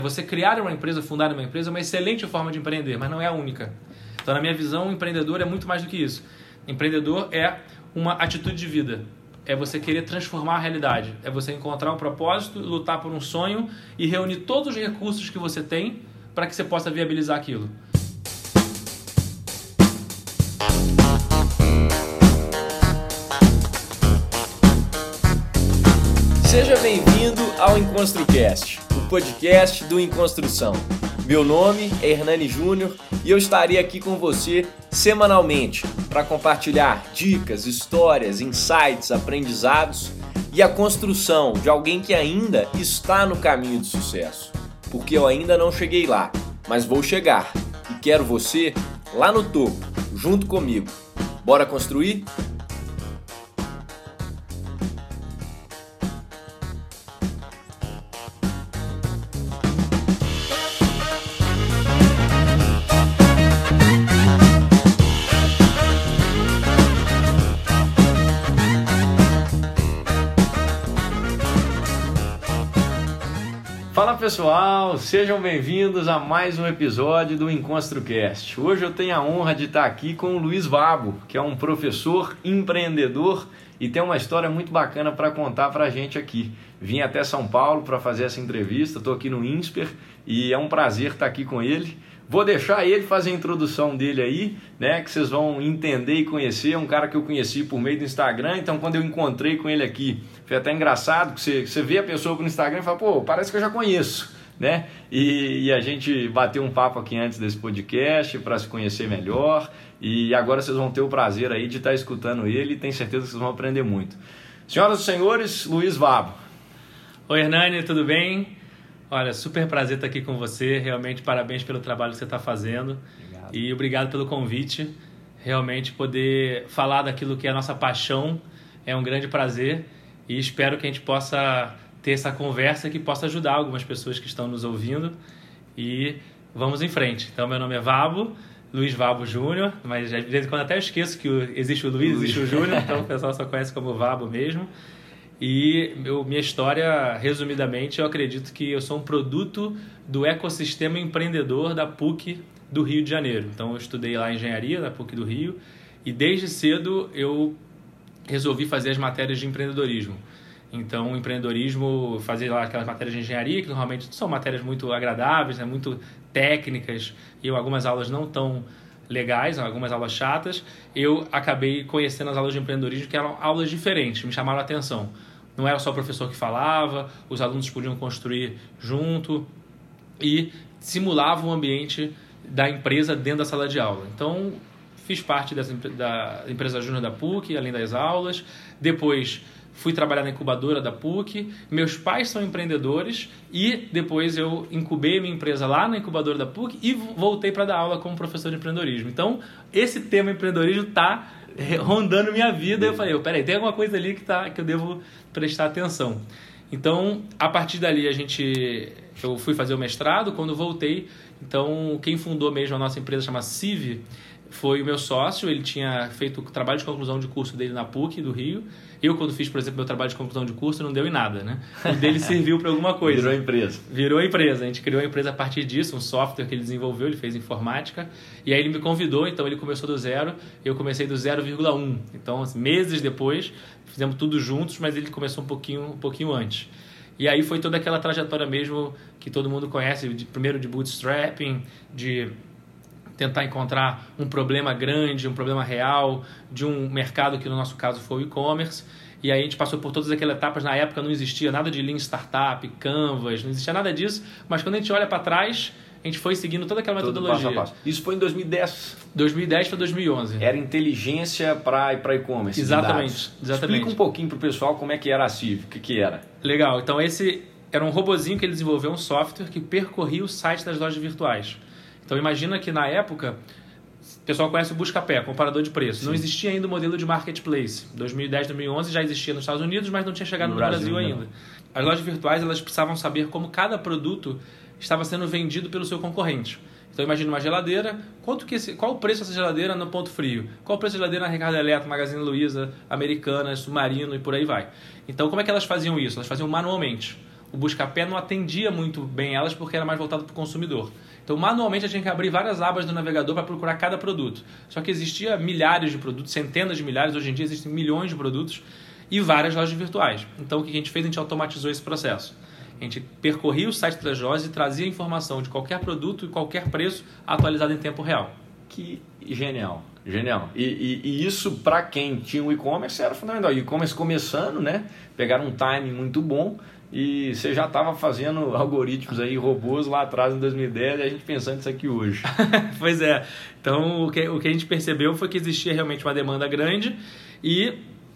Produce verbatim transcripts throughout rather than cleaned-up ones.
Você criar uma empresa, fundar uma empresa é uma excelente forma de empreender, mas não é a única. Então, na minha visão, o empreendedor é muito mais do que isso. Empreendedor é uma atitude de vida. É você querer transformar a realidade. É você encontrar um propósito, lutar por um sonho e reunir todos os recursos que você tem para que você possa viabilizar aquilo. Seja bem-vindo ao EnConstruCast, o podcast do EnConstrução. Meu nome é Hernani Júnior e eu estarei aqui com você semanalmente para compartilhar dicas, histórias, insights, aprendizados e a construção de alguém que ainda está no caminho de sucesso. Porque eu ainda não cheguei lá, mas vou chegar e quero você lá no topo, junto comigo. Bora construir? Fala pessoal, sejam bem-vindos a mais um episódio do EnConstruCast. Hoje eu tenho a honra de estar aqui com o Luiz Vabo, que é um professor empreendedor e tem uma história muito bacana para contar para a gente aqui. Vim até São Paulo para fazer essa entrevista, estou aqui no INSPER e é um prazer estar aqui com ele. Vou deixar ele fazer a introdução dele aí, né, que vocês vão entender e conhecer. É um cara que eu conheci por meio do Instagram, então quando eu encontrei com ele aqui, foi até engraçado, que você, você vê a pessoa no Instagram e fala, pô, parece que eu já conheço, né? E, e a gente bateu um papo aqui antes desse podcast para se conhecer melhor e agora vocês vão ter o prazer aí de estar escutando ele e tenho certeza que vocês vão aprender muito. Senhoras e senhores, Luiz Vabo. Oi, Hernani, tudo bem? Olha, super prazer estar aqui com você, realmente parabéns pelo trabalho que você está fazendo. Obrigado. E obrigado pelo convite. Realmente poder falar daquilo que é a nossa paixão é um grande prazer e espero que a gente possa ter essa conversa que possa ajudar algumas pessoas que estão nos ouvindo e vamos em frente. Então, meu nome é Vabo, Luiz Vabo Júnior, mas de vez em quando até eu esqueço que existe o Luiz, existe o Júnior, então o pessoal só conhece como Vabo mesmo. E eu, minha história, resumidamente, eu acredito que eu sou um produto do ecossistema empreendedor da PUC do Rio de Janeiro. Então, eu estudei lá engenharia da PUC do Rio e desde cedo eu resolvi fazer as matérias de empreendedorismo. Então, o empreendedorismo, fazer lá aquelas matérias de engenharia, que normalmente são matérias muito agradáveis, né, muito técnicas e algumas aulas não tão legais, algumas aulas chatas, eu acabei conhecendo as aulas de empreendedorismo que eram aulas diferentes, me chamaram a atenção. Não era só o professor que falava, os alunos podiam construir junto e simulava o ambiente da empresa dentro da sala de aula. Então, fiz parte dessa, da empresa júnior da PUC, além das aulas. Depois, fui trabalhar na incubadora da PUC. Meus pais são empreendedores e depois eu incubei minha empresa lá na incubadora da PUC e voltei para dar aula como professor de empreendedorismo. Então, esse tema empreendedorismo está rondando minha vida. Eu falei, peraí, tem alguma coisa ali que, tá, que eu devo prestar atenção. Então, a partir dali, a gente, eu fui fazer o mestrado. Quando voltei, então, quem fundou mesmo a nossa empresa chama Cive, foi o meu sócio. Ele tinha feito o trabalho de conclusão de curso dele na PUC do Rio. Eu, quando fiz, por exemplo, meu trabalho de conclusão de curso, não deu em nada, né? O dele serviu para alguma coisa. Virou empresa. Virou empresa. A gente criou a empresa a partir disso, um software que ele desenvolveu, ele fez informática. E aí ele me convidou, então ele começou do zero, eu comecei do zero vírgula um. Então, meses depois, fizemos tudo juntos, mas ele começou um pouquinho, um pouquinho antes. E aí foi toda aquela trajetória mesmo que todo mundo conhece, de, primeiro de bootstrapping, de tentar encontrar um problema grande, um problema real, de um mercado que no nosso caso foi o e-commerce. E aí a gente passou por todas aquelas etapas. Na época não existia nada de Lean Startup, Canvas, não existia nada disso. Mas quando a gente olha para trás, a gente foi seguindo toda aquela Todo metodologia. Passo a passo. Isso foi em dois mil e dez? dois mil e dez para dois mil e onze. Era inteligência para e-commerce. Exatamente, exatamente. Explica um pouquinho para o pessoal como é que era a Cive, o que, que era. Legal, então esse era um robozinho que ele desenvolveu, um software que percorria o site das lojas virtuais. Então imagina que na época, o pessoal conhece o Buscapé, comparador de preço. Sim. Não existia ainda o modelo de marketplace. dois mil e dez, dois mil e onze já existia nos Estados Unidos, mas não tinha chegado no, no Brasil, Brasil ainda. As lojas virtuais, elas precisavam saber como cada produto estava sendo vendido pelo seu concorrente. Então imagina uma geladeira, quanto que esse, qual o preço dessa geladeira no Ponto Frio? Qual o preço da geladeira na Ricardo Eletro, Magazine Luiza, Americanas, Submarino e por aí vai. Então como é que elas faziam isso? Elas faziam manualmente. o Buscapé não atendia muito bem elas porque era mais voltado para o consumidor. Então, manualmente, a gente tinha que abrir várias abas do navegador para procurar cada produto. Só que existia milhares de produtos, centenas de milhares, hoje em dia existem milhões de produtos e várias lojas virtuais. Então, o que a gente fez? A gente automatizou esse processo. A gente percorria o site das lojas e trazia informação de qualquer produto e qualquer preço atualizado em tempo real. Que genial, genial. E, e, e isso, para quem tinha o e-commerce, era fundamental. O e-commerce começando, né? Pegaram um timing muito bom e você já estava fazendo algoritmos aí, robôs lá atrás em dois mil e dez e a gente pensando nisso aqui hoje. Pois é. Então, o que, o que a gente percebeu foi que existia realmente uma demanda grande e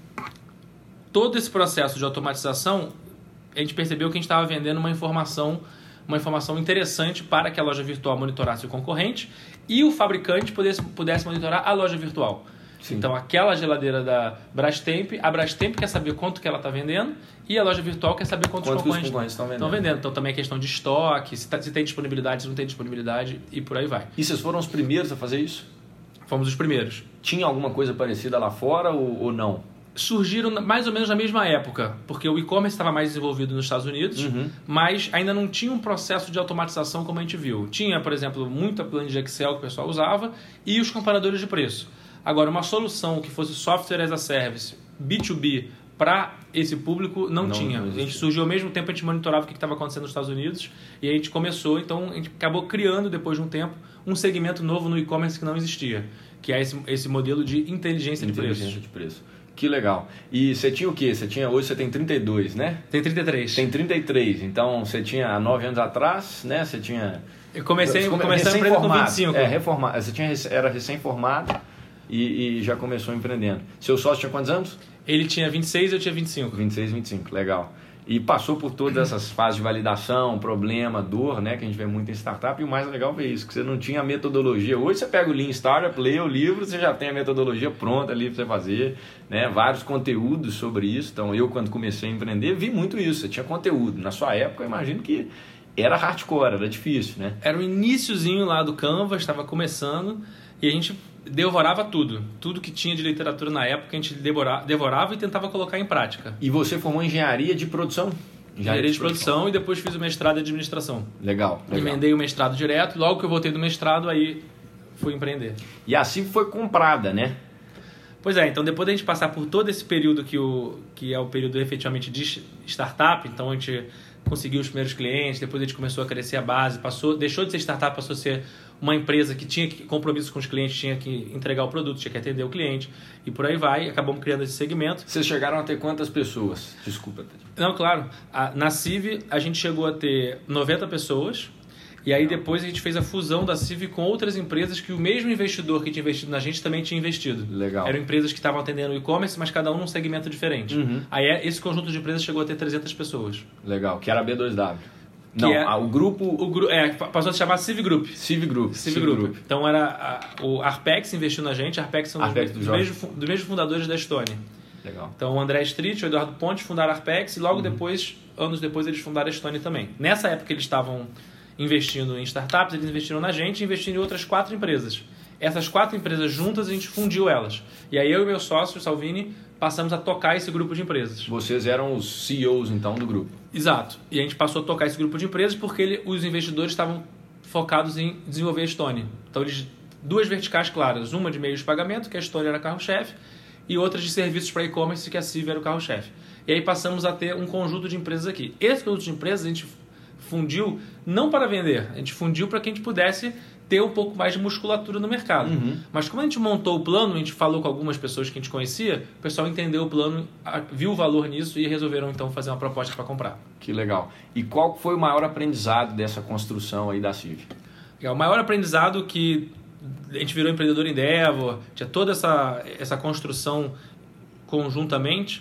todo esse processo de automatização, a gente percebeu que a gente estava vendendo uma informação, uma informação interessante para que a loja virtual monitorasse o concorrente e o fabricante pudesse, pudesse monitorar a loja virtual. Sim. Então, aquela geladeira da Brastemp, a Brastemp quer saber quanto que ela está vendendo e a loja virtual quer saber quantos Quanto concorrentes estão vendendo. vendendo. Então, também é questão de estoque, se, tá, se tem disponibilidade, se não tem disponibilidade e por aí vai. E vocês foram os primeiros a fazer isso? Fomos os primeiros. Tinha alguma coisa parecida lá fora ou, ou não? Surgiram mais ou menos na mesma época, porque o e-commerce estava mais desenvolvido nos Estados Unidos, uhum. mas ainda não tinha um processo de automatização como a gente viu. Tinha, por exemplo, muita planilha de Excel que o pessoal usava e os comparadores de preço. Agora, uma solução que fosse software as a service, B dois B, para esse público, não, não tinha. Não a gente surgiu ao mesmo tempo, a gente monitorava o que estava acontecendo nos Estados Unidos e a gente começou, então a gente acabou criando, depois de um tempo, um segmento novo no e-commerce que não existia, que é esse, esse modelo de inteligência, inteligência de preço. de preço. Que legal. E você tinha o quê? Você tinha, hoje você tem trinta e dois, né? Tem trinta e três. Tem trinta e três. Então, você tinha há nove anos atrás, né? Você tinha... Eu comecei, você come... comecei a empreender com vinte e cinco. É, reformado. Você tinha, era recém-formado e, e já começou empreendendo. Seu sócio tinha quantos anos? Ele tinha vinte e seis e eu tinha vinte e cinco. vinte e seis, vinte e cinco. Legal. E passou por todas essas fases de validação, problema, dor, né? Que a gente vê muito em startup. E o mais legal é isso, que você não tinha a metodologia. Hoje você pega o Lean Startup, lê o livro, você já tem a metodologia pronta ali para você fazer, né? Vários conteúdos sobre isso. Então, eu, quando comecei a empreender, vi muito isso. Você tinha conteúdo. Na sua época, eu imagino que era hardcore, era difícil, né? Era o iniciozinho lá do Canva, estava começando e a gente devorava tudo. Tudo que tinha de literatura na época, a gente devorava, devorava e tentava colocar em prática. E você formou engenharia de produção? Engenharia, engenharia de, de produção, produção e depois fiz o mestrado em administração. Legal, legal. Emendei o mestrado direto, logo que eu voltei do mestrado, aí fui empreender. E assim foi comprada, né? Pois é, então depois da gente passar por todo esse período que, o, que é o período efetivamente de startup, então a gente conseguiu os primeiros clientes, depois a gente começou a crescer a base, passou, deixou de ser startup, passou a ser uma empresa que tinha compromisso com os clientes, tinha que entregar o produto, tinha que atender o cliente e por aí vai, acabamos criando esse segmento. Vocês chegaram a ter quantas pessoas? Desculpa. Não, claro. A, na C I V a gente chegou a ter noventa pessoas e aí depois a gente fez a fusão da C I V com outras empresas que o mesmo investidor que tinha investido na gente também tinha investido. Legal. Eram empresas que estavam atendendo o e-commerce, mas cada um num segmento diferente. Uhum. Aí esse conjunto de empresas chegou a ter trezentas pessoas. Legal, que era a B dois W. Não, é, ah, o grupo... O gru, é, passou a se chamar C I V Group. C I V Group. C I V Group. Group. Então era a, o Arpex investiu na gente. Arpex são Arpex dos, dos, mesmos, dos mesmos fundadores da Estônia. Legal. Então o André Street e o Eduardo Ponte fundaram a Arpex e logo uhum. depois, anos depois, eles fundaram a Estônia também. Nessa época eles estavam investindo em startups, eles investiram na gente e investiram em outras quatro empresas. Essas quatro empresas juntas, a gente fundiu elas. E aí eu e meu sócio, o Salvini, passamos a tocar esse grupo de empresas. Vocês eram os C E Os, então, do grupo? Exato. E a gente passou a tocar esse grupo de empresas porque ele, os investidores estavam focados em desenvolver a Estônia. Então, eles, duas verticais claras. Uma de meios de pagamento, que a Estônia era carro-chefe, e outra de serviços para e-commerce, que a C I V era o carro-chefe. E aí passamos a ter um conjunto de empresas aqui. Esse conjunto de empresas a gente fundiu não para vender, a gente fundiu para que a gente pudesse ter um pouco mais de musculatura no mercado. Uhum. Mas como a gente montou o plano, a gente falou com algumas pessoas que a gente conhecia, o pessoal entendeu o plano, viu o valor nisso e resolveram então fazer uma proposta para comprar. Que legal. E qual foi o maior aprendizado dessa construção aí da C I V? O maior aprendizado que a gente virou empreendedor Endeavor, tinha toda essa, essa construção conjuntamente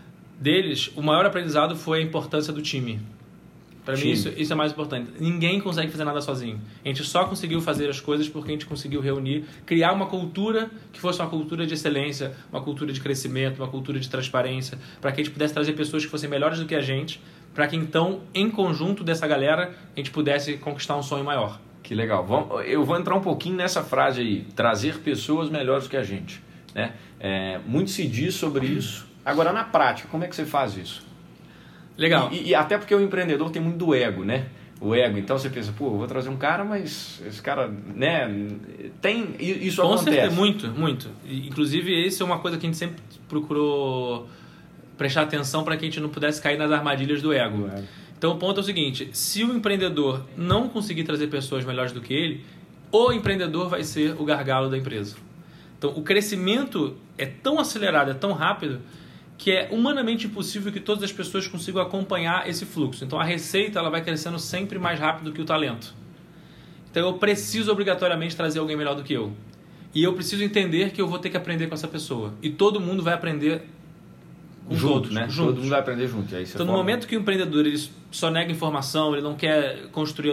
deles, o maior aprendizado foi a importância do time. Para mim, isso, isso é mais importante. Ninguém consegue fazer nada sozinho. A gente só conseguiu fazer as coisas porque a gente conseguiu reunir, criar uma cultura que fosse uma cultura de excelência, uma cultura de crescimento, uma cultura de transparência, para que a gente pudesse trazer pessoas que fossem melhores do que a gente, para que então, em conjunto dessa galera, a gente pudesse conquistar um sonho maior. Que legal. Vamos, eu vou entrar um pouquinho nessa frase aí, trazer pessoas melhores do que a gente. Né? É, muito se diz sobre isso. Agora, na prática, como é que você faz isso? Legal. E, e até porque o empreendedor tem muito do ego, né? O ego. Então você pensa, pô, vou trazer um cara, mas esse cara, né? Tem... Isso Com acontece. certeza, muito, muito. Inclusive, isso é uma coisa que a gente sempre procurou prestar atenção para que a gente não pudesse cair nas armadilhas do ego. Do ego. Então, o ponto é o seguinte, se o empreendedor não conseguir trazer pessoas melhores do que ele, o empreendedor vai ser o gargalo da empresa. Então, o crescimento é tão acelerado, é tão rápido, que é humanamente impossível que todas as pessoas consigam acompanhar esse fluxo. Então, a receita ela vai crescendo sempre mais rápido que o talento. Então, eu preciso obrigatoriamente trazer alguém melhor do que eu. E eu preciso entender que eu vou ter que aprender com essa pessoa. E todo mundo vai aprender com junto, todos, né? Juntos. Todo mundo vai aprender junto. Aí você então, no forma... momento que o empreendedor ele só nega informação, ele não quer construir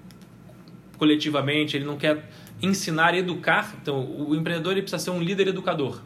coletivamente, ele não quer ensinar, educar. Então, o empreendedor ele precisa ser um líder educador.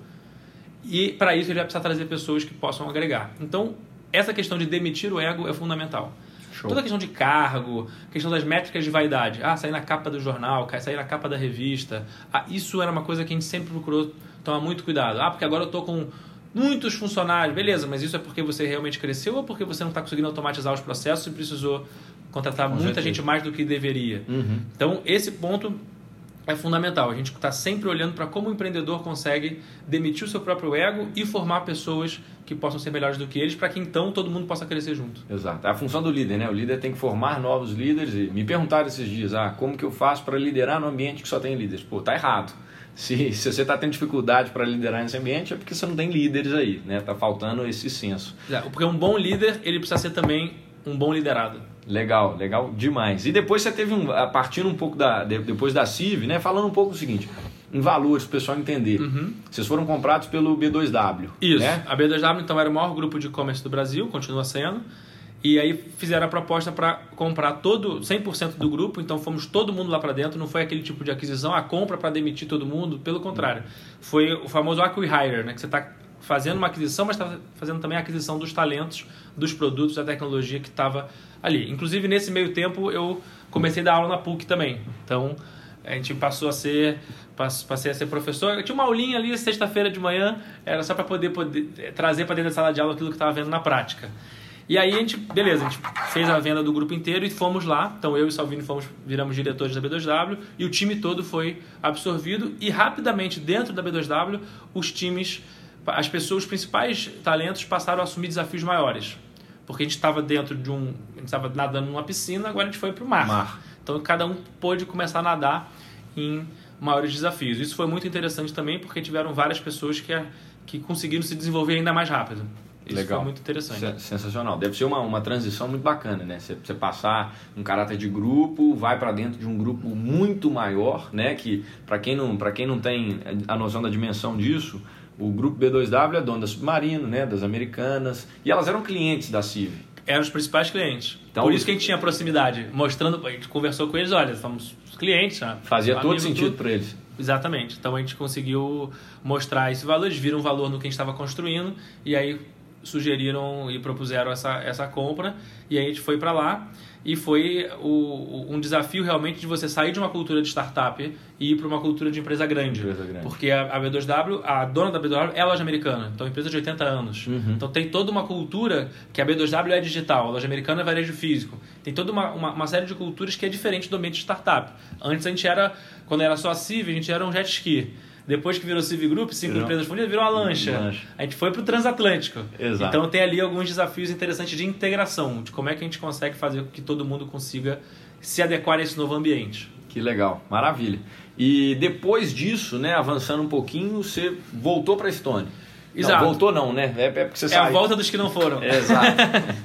E, para isso, ele vai precisar trazer pessoas que possam agregar. Então, essa questão de demitir o ego é fundamental. Show. Toda a questão de cargo, questão das métricas de vaidade. Ah, sair na capa do jornal, sair na capa da revista. Ah, isso era uma coisa que a gente sempre procurou tomar muito cuidado. Ah, porque agora eu estou com muitos funcionários. Beleza, mas isso é porque você realmente cresceu ou porque você não está conseguindo automatizar os processos e precisou contratar com muita certeza. gente mais do que deveria? Uhum. Então, esse ponto é fundamental. A gente está sempre olhando para como o empreendedor consegue demitir o seu próprio ego e formar pessoas que possam ser melhores do que eles, para que então todo mundo possa crescer junto. Exato. É a função do líder, né? O líder tem que formar novos líderes. E me perguntaram esses dias, ah, como que eu faço para liderar num ambiente que só tem líderes? Pô, tá errado. Se, se você está tendo dificuldade para liderar nesse ambiente, é porque você não tem líderes aí, né? Tá faltando esse senso. É, porque um bom líder, ele precisa ser também um bom liderado. Legal, legal demais. E depois você teve um, partindo um pouco da, depois da C I V, né? Falando um pouco o seguinte, em valores, para o pessoal entender. Uhum. Vocês foram comprados pelo B dois W. Isso, né? A B dois W então era o maior grupo de e-commerce do Brasil, continua sendo. E aí fizeram a proposta para comprar todo, cem por cento do grupo, então fomos todo mundo lá para dentro, não foi aquele tipo de aquisição, a compra para demitir todo mundo, pelo contrário. Foi o famoso acqui-hire, né? Que você está fazendo uma aquisição, mas está fazendo também a aquisição dos talentos, dos produtos, da tecnologia que estava ali. Inclusive, nesse meio tempo, eu comecei a dar aula na P U C também. Então, a gente passou a ser, passei a ser professor. Eu tinha uma aulinha ali, sexta-feira de manhã, era só para poder, poder trazer para dentro da sala de aula aquilo que estava vendo na prática. E aí, a gente, beleza, a gente fez a venda do grupo inteiro e fomos lá. Então, eu e Salvini fomos, viramos diretores da B dois W e o time todo foi absorvido. E, rapidamente, dentro da B dois W, os times... as pessoas, os principais talentos passaram a assumir desafios maiores. Porque a gente estava dentro de um... a gente estava nadando numa piscina, agora a gente foi para o mar. mar. Então, cada um pôde começar a nadar em maiores desafios. Isso foi muito interessante também, porque tiveram várias pessoas que, que conseguiram se desenvolver ainda mais rápido. Isso Legal. Foi muito interessante. Sensacional. Deve ser uma, uma transição muito bacana, né? Você, você passar um caráter de grupo, vai para dentro de um grupo muito maior, né? Que, para quem não, para quem não tem a noção da dimensão disso... O grupo B dois W é dono da Submarino, né, das Americanas, e elas eram clientes da C I V. Eram os principais clientes. Então, por isso que a gente tinha proximidade, mostrando, a gente conversou com eles, olha, somos clientes. Né? Fazia todo sentido para eles. Exatamente. Então a gente conseguiu mostrar esse valor, eles viram valor no que a gente estava construindo, e aí sugeriram e propuseram essa, essa compra, e aí a gente foi para lá. E foi o, um desafio realmente de você sair de uma cultura de startup e ir para uma cultura de empresa grande. Empresa grande. Porque a, a B dois W, a dona da B dois W é a loja americana, então é uma empresa de oitenta anos. Uhum. Então tem toda uma cultura que a B dois W é digital, a loja americana é varejo físico. Tem toda uma, uma, uma série de culturas que é diferente do ambiente de startup. Antes a gente era, quando era só a C I V, a gente era um jet ski. Depois que virou C I V Group, cinco virou. empresas fundidas, virou uma lancha. lancha. A gente foi para o transatlântico. Exato. Então tem ali alguns desafios interessantes de integração, de como é que a gente consegue fazer com que todo mundo consiga se adequar a esse novo ambiente. Que legal, maravilha. E depois disso, né, avançando um pouquinho, você voltou para a Estônia. Exato. Não, voltou não, né? É, é porque você é saiu. A volta dos que não foram. É, exato.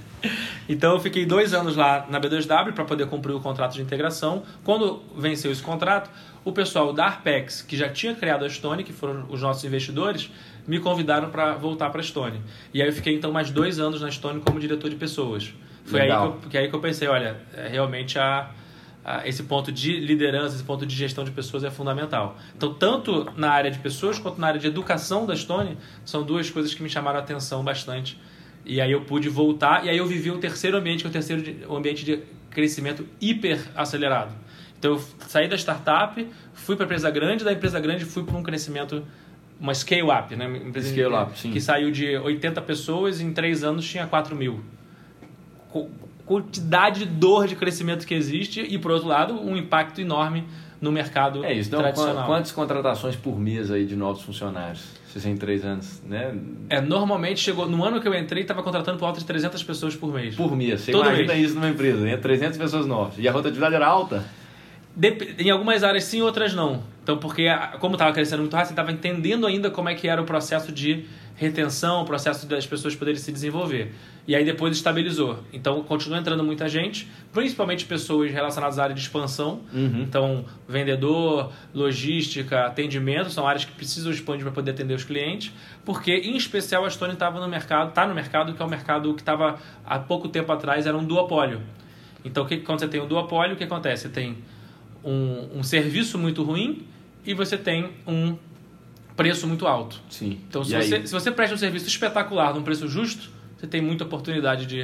Então eu fiquei dois anos lá na B dois W para poder cumprir o contrato de integração. Quando venceu esse contrato, o pessoal da Arpex, que já tinha criado a Estônia, que foram os nossos investidores, me convidaram para voltar para a Estônia. E aí eu fiquei então mais dois anos na Estônia como diretor de pessoas. Foi aí que, eu, que aí que eu pensei, olha, é, realmente a, a, esse ponto de liderança, esse ponto de gestão de pessoas é fundamental. Então, tanto na área de pessoas quanto na área de educação da Estônia, são duas coisas que me chamaram a atenção bastante. E aí eu pude voltar, e aí eu vivi um terceiro ambiente, que é o terceiro de, um ambiente de crescimento hiper acelerado. Então eu saí da startup, fui para a empresa grande, da empresa grande fui para um crescimento, uma scale-up, né? Uma empresa scale-up, sim. Que saiu de oitenta pessoas e em três anos tinha quatro mil. quantidade de dor de crescimento que existe e, por outro lado, um impacto enorme no mercado é isso. Então, tradicional. Quantas contratações por mês aí de novos funcionários? Se em três anos, né? É, normalmente chegou... No ano que eu entrei, estava contratando por volta de trezentas pessoas por mês. Por mês. Você Todo imagina mês. isso numa empresa, né? trezentas pessoas novas. E a rotatividade era alta? Dep- em algumas áreas sim, outras não. Então, porque como estava crescendo muito rápido, você estava entendendo ainda como é que era o processo de retenção, o processo das pessoas poderem se desenvolver. E aí depois estabilizou. Então, continua entrando muita gente, principalmente pessoas relacionadas à área de expansão. Uhum. Então, vendedor, logística, atendimento, são áreas que precisam expandir para poder atender os clientes, porque, em especial, a Stone estava no mercado, está no mercado, que é um mercado que estava, há pouco tempo atrás, era um duopólio. Então, que, quando você tem um duopólio, o que acontece? Você tem um, um serviço muito ruim e você tem um preço muito alto. Sim. Então, se E você, aí? se você presta um serviço espetacular num preço justo, você tem muita oportunidade de,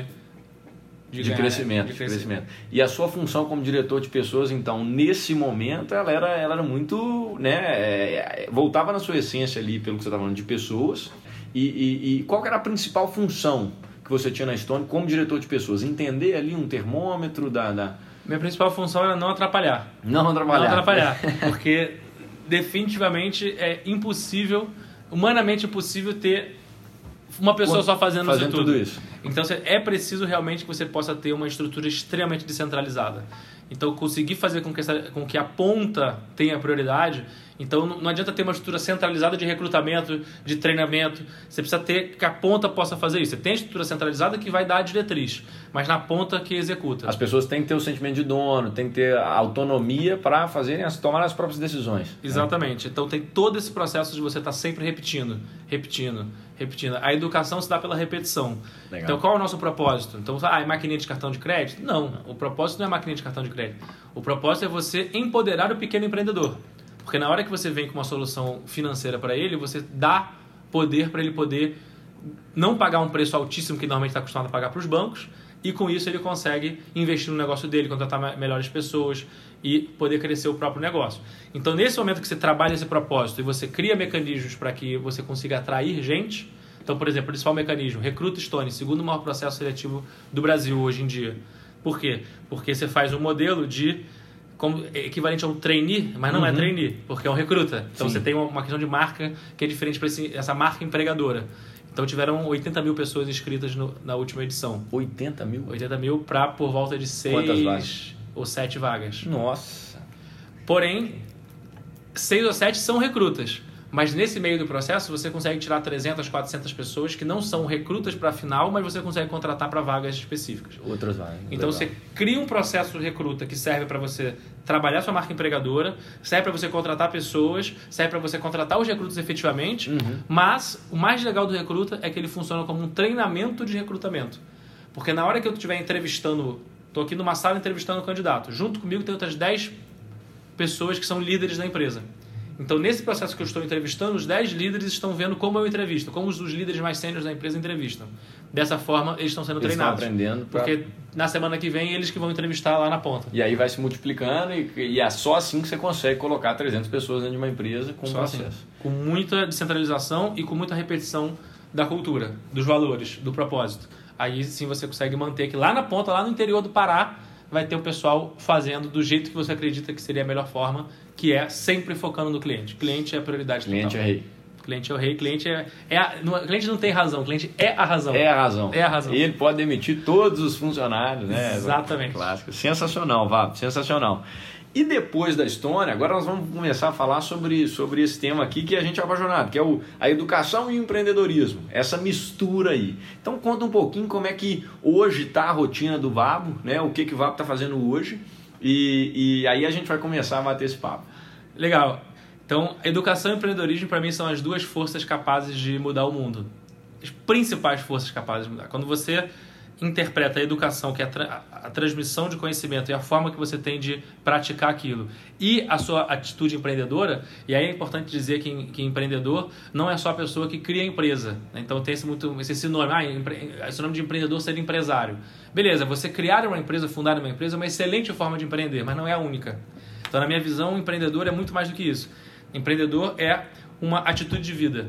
De, ganhar, crescimento, de de crescimento. crescimento. E a sua função como diretor de pessoas, então, nesse momento, ela era, ela era muito, né, é, voltava na sua essência ali, pelo que você estava falando, de pessoas. E, e, e qual que era a principal função que você tinha na Stone como diretor de pessoas? Entender ali um termômetro da... da... Minha principal função era não atrapalhar. Não atrapalhar. Não atrapalhar, porque definitivamente é impossível, humanamente impossível ter uma pessoa só fazendo, fazendo isso tudo. tudo isso. Então é preciso realmente que você possa ter uma estrutura extremamente descentralizada. Então conseguir fazer com que, essa, com que a ponta tenha prioridade. Então não adianta ter uma estrutura centralizada de recrutamento, de treinamento. Você precisa ter que a ponta possa fazer isso. Você tem a estrutura centralizada que vai dar a diretriz, mas na ponta que executa. As pessoas têm que ter o sentimento de dono, têm que ter a autonomia para fazerem as, tomar as próprias decisões. Exatamente. Né? Então tem todo esse processo de você estar sempre repetindo, repetindo, repetindo. A educação se dá pela repetição. Legal. Então qual é o nosso propósito? Então, ah, é maquininha de cartão de crédito? Não, o propósito não é maquininha de cartão de crédito. O propósito é você empoderar o pequeno empreendedor. Porque na hora que você vem com uma solução financeira para ele, você dá poder para ele poder não pagar um preço altíssimo que normalmente está acostumado a pagar para os bancos, e com isso ele consegue investir no negócio dele, contratar melhores pessoas e poder crescer o próprio negócio. Então, nesse momento que você trabalha esse propósito e você cria mecanismos para que você consiga atrair gente, então, por exemplo, o principal mecanismo, Recruta Stone, segundo maior processo seletivo do Brasil hoje em dia. Por quê? Porque você faz um modelo de como equivalente a um trainee, mas não uhum. é trainee, porque é um recruta. Então, Sim. você tem uma questão de marca que é diferente para essa marca empregadora. Então, tiveram oitenta mil pessoas inscritas no, na última edição. oitenta mil? oitenta mil para por volta de seis ou sete vagas. Nossa! Porém, seis ou sete são recrutas. Mas nesse meio do processo, você consegue tirar trezentas, quatrocentas pessoas que não são recrutas para a final, mas você consegue contratar para vagas específicas. Outras vagas. Então, legal. Você cria um processo de recruta que serve para você trabalhar sua marca empregadora, serve para você contratar pessoas, serve para você contratar os recrutas efetivamente, uhum. mas o mais legal do recruta é que ele funciona como um treinamento de recrutamento. Porque na hora que eu estiver entrevistando, estou aqui numa sala entrevistando um candidato, junto comigo tem outras dez pessoas que são líderes da empresa. Então, nesse processo que eu estou entrevistando, os dez líderes estão vendo como eu entrevisto, como os líderes mais sêniores da empresa entrevistam. Dessa forma, eles estão sendo eles treinados. Estão aprendendo. Pra... Porque na semana que vem, eles que vão entrevistar lá na ponta. E aí vai se multiplicando e, e é só assim que você consegue colocar trezentas pessoas dentro de uma empresa com um processo. Assim, com muita descentralização e com muita repetição da cultura, dos valores, do propósito. Aí sim você consegue manter que lá na ponta, lá no interior do Pará, vai ter o pessoal fazendo do jeito que você acredita que seria a melhor forma, que é sempre focando no cliente. Cliente é a prioridade total. Cliente é rei. Cliente é o rei, cliente é... é a, não, cliente não tem razão, cliente é a razão. É a razão. É a razão. E ele pode demitir todos os funcionários, né? Exatamente. Clássico. Sensacional, Vabo, sensacional. E depois da Stone, agora nós vamos começar a falar sobre, sobre esse tema aqui que a gente é apaixonado, que é o, a educação e o empreendedorismo, essa mistura aí. Então conta um pouquinho como é que hoje está a rotina do Vabo, né? O que, que o Vabo está fazendo hoje, e, e aí a gente vai começar a bater esse papo. Legal. Então, educação e empreendedorismo para mim são as duas forças capazes de mudar o mundo. As principais forças capazes de mudar. Quando você interpreta a educação, que é a, tra- a transmissão de conhecimento e a forma que você tem de praticar aquilo, e a sua atitude empreendedora, e aí é importante dizer que, que empreendedor não é só a pessoa que cria a empresa, né? Então tem esse, muito, esse sinônimo, ah, empre, esse nome de empreendedor seria empresário. Beleza, você criar uma empresa, fundar uma empresa é uma excelente forma de empreender, mas não é a única. Então, na minha visão, o empreendedor é muito mais do que isso. Empreendedor é uma atitude de vida.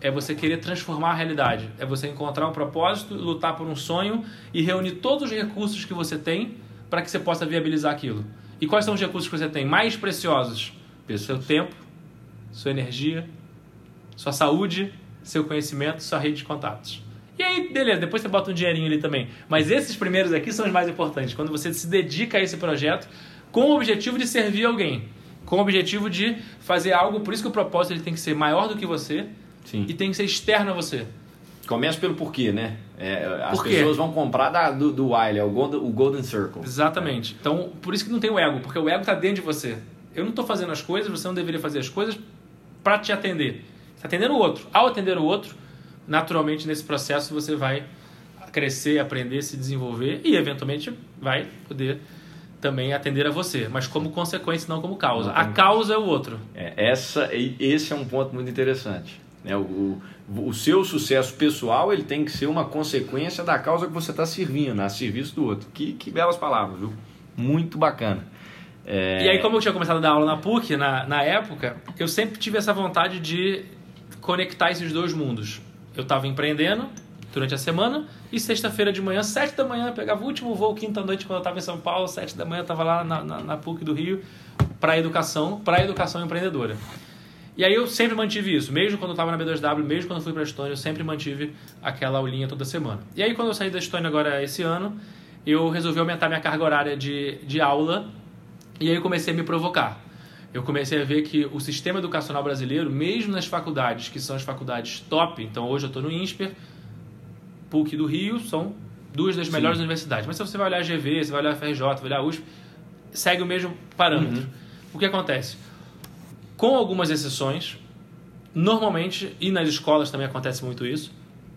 é você querer transformar a realidade. É você encontrar um propósito, lutar por um sonho e reunir todos os recursos que você tem para que você possa viabilizar aquilo. E quais são os recursos que você tem mais preciosos? Seu tempo, sua energia, sua saúde, seu conhecimento, sua rede de contatos. E aí, beleza, depois você bota um dinheirinho ali também. Mas esses primeiros aqui são os mais importantes. Quando você se dedica a esse projeto com o objetivo de servir alguém. Com o objetivo de fazer algo. Por isso que o propósito ele tem que ser maior do que você. Sim. E tem que ser externo a você. Começa pelo porquê, né? É, as Por pessoas vão comprar da, do, do Wiley, o Golden, o Golden Circle. Exatamente. Então, por isso que não tem o ego. Porque o ego está dentro de você. Eu não estou fazendo as coisas, você não deveria fazer as coisas para te atender. Você está atendendo o outro. Ao atender o outro, naturalmente nesse processo você vai crescer, aprender, se desenvolver e eventualmente vai poder também atender a você, mas como consequência, não como causa. Não, a causa é o outro. É, essa, esse é um ponto muito interessante. Né? O, o, o seu sucesso pessoal ele tem que ser uma consequência da causa que você está servindo, a serviço do outro. Que, que belas palavras, viu? Muito bacana. É... E aí, como eu tinha começado a dar aula na P U C, na, na época, eu sempre tive essa vontade de conectar esses dois mundos. Eu estava empreendendo durante a semana e sexta-feira de manhã, sete da manhã, eu pegava o último voo quinta-noite quando eu estava em São Paulo, sete da manhã eu estava lá na, na, na P U C do Rio para educação, para educação empreendedora. E aí eu sempre mantive isso, mesmo quando eu estava na B dois W, mesmo quando eu fui para a Estônia, eu sempre mantive aquela aulinha toda semana. E aí quando eu saí da Estônia agora esse ano, eu resolvi aumentar minha carga horária de, de aula e aí eu comecei a me provocar. Eu comecei a ver que o sistema educacional brasileiro, mesmo nas faculdades, que são as faculdades top, então hoje eu estou no INSPER, P U C do Rio, são duas das melhores Sim. universidades. Mas se você vai olhar a G V, você vai olhar a F R J, vai olhar a U S P, segue o mesmo parâmetro. Uhum. O que acontece? Com algumas exceções, normalmente, e nas escolas também acontece muito isso,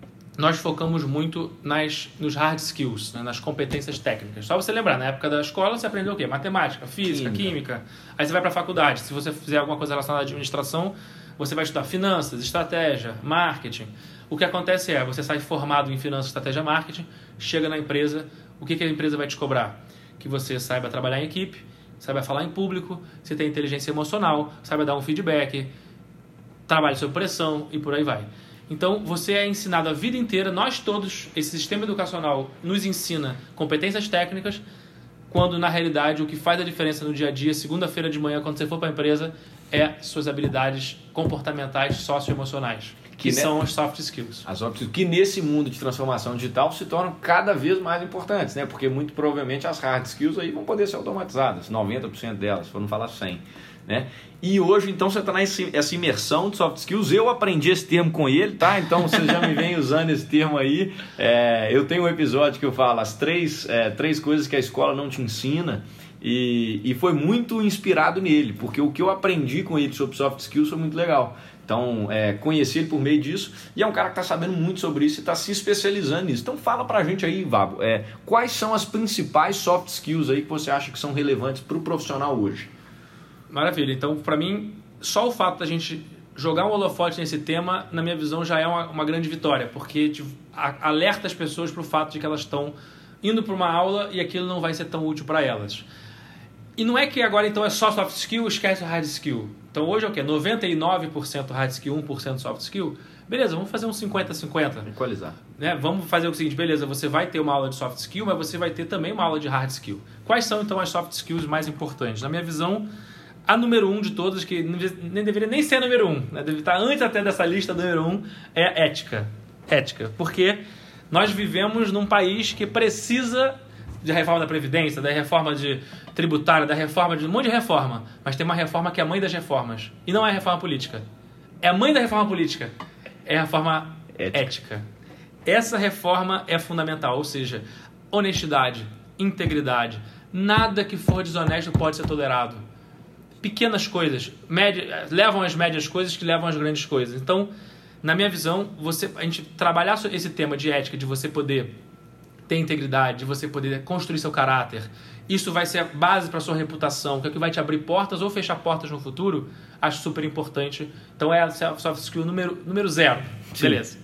nós focamos muito nas, nos hard skills, né, nas competências técnicas. Só você lembrar, na época da escola você aprendeu o quê? Matemática, física, química. química. Aí você vai para a faculdade. Se você fizer alguma coisa relacionada à administração, você vai estudar finanças, estratégia, marketing. O que acontece é, você sai formado em finanças, estratégia, marketing, chega na empresa, o que, que a empresa vai te cobrar? Que você saiba trabalhar em equipe, saiba falar em público, você tenha inteligência emocional, saiba dar um feedback, trabalhe sob pressão e por aí vai. Então, você é ensinado a vida inteira, nós todos, esse sistema educacional nos ensina competências técnicas, quando na realidade o que faz a diferença no dia a dia, segunda-feira de manhã, quando você for para a empresa, é suas habilidades comportamentais socioemocionais, que, que são as soft skills. As soft skills, que nesse mundo de transformação digital se tornam cada vez mais importantes, né? Porque muito provavelmente as hard skills aí vão poder ser automatizadas, noventa por cento delas, para não falar cem por cento. Né? E hoje, então, você está nessa imersão de soft skills. Eu aprendi esse termo com ele, tá? Então, você já me vem usando esse termo aí. É, eu tenho um episódio que eu falo as três, é, três coisas que a escola não te ensina. E, e foi muito inspirado nele, porque o que eu aprendi com ele sobre soft skills foi muito legal. Então, é, conheci ele por meio disso. E é um cara que está sabendo muito sobre isso e está se especializando nisso. Então, fala pra gente aí, Vabo, é, quais são as principais soft skills aí que você acha que são relevantes para o profissional hoje? Maravilha. Então, para mim, só o fato da gente jogar um holofote nesse tema, na minha visão, já é uma, uma grande vitória, porque tipo, a, alerta as pessoas para o fato de que elas estão indo para uma aula e aquilo não vai ser tão útil para elas. E não é que agora, então, é só soft skill, esquece o hard skill. Então, hoje é o quê? noventa e nove por cento hard skill, um por cento soft skill? Beleza, vamos fazer um cinquenta a cinquenta. Equalizar. Né? Vamos fazer o seguinte, beleza, você vai ter uma aula de soft skill, mas você vai ter também uma aula de hard skill. Quais são, então, as soft skills mais importantes? Na minha visão, a número um de todas, que nem deveria nem ser a número um, né? Deve estar antes até dessa lista número um, é a ética. Ética. Porque nós vivemos num país que precisa da reforma da Previdência, da reforma de tributária, da reforma de um monte de reforma. Mas tem uma reforma que é a mãe das reformas. E não é a reforma política. É a mãe da reforma política. É a reforma ética. ética. Essa reforma é fundamental. Ou seja, honestidade, integridade. Nada que for desonesto pode ser tolerado. Pequenas coisas média, levam às médias coisas que levam às grandes coisas. Então, na minha visão, você, a gente trabalhar esse tema de ética, de você poder ter integridade, de você poder construir seu caráter, isso vai ser a base para a sua reputação, que é o que vai te abrir portas ou fechar portas no futuro, acho super importante. Então, é a soft skill número, número zero. Sim. Beleza.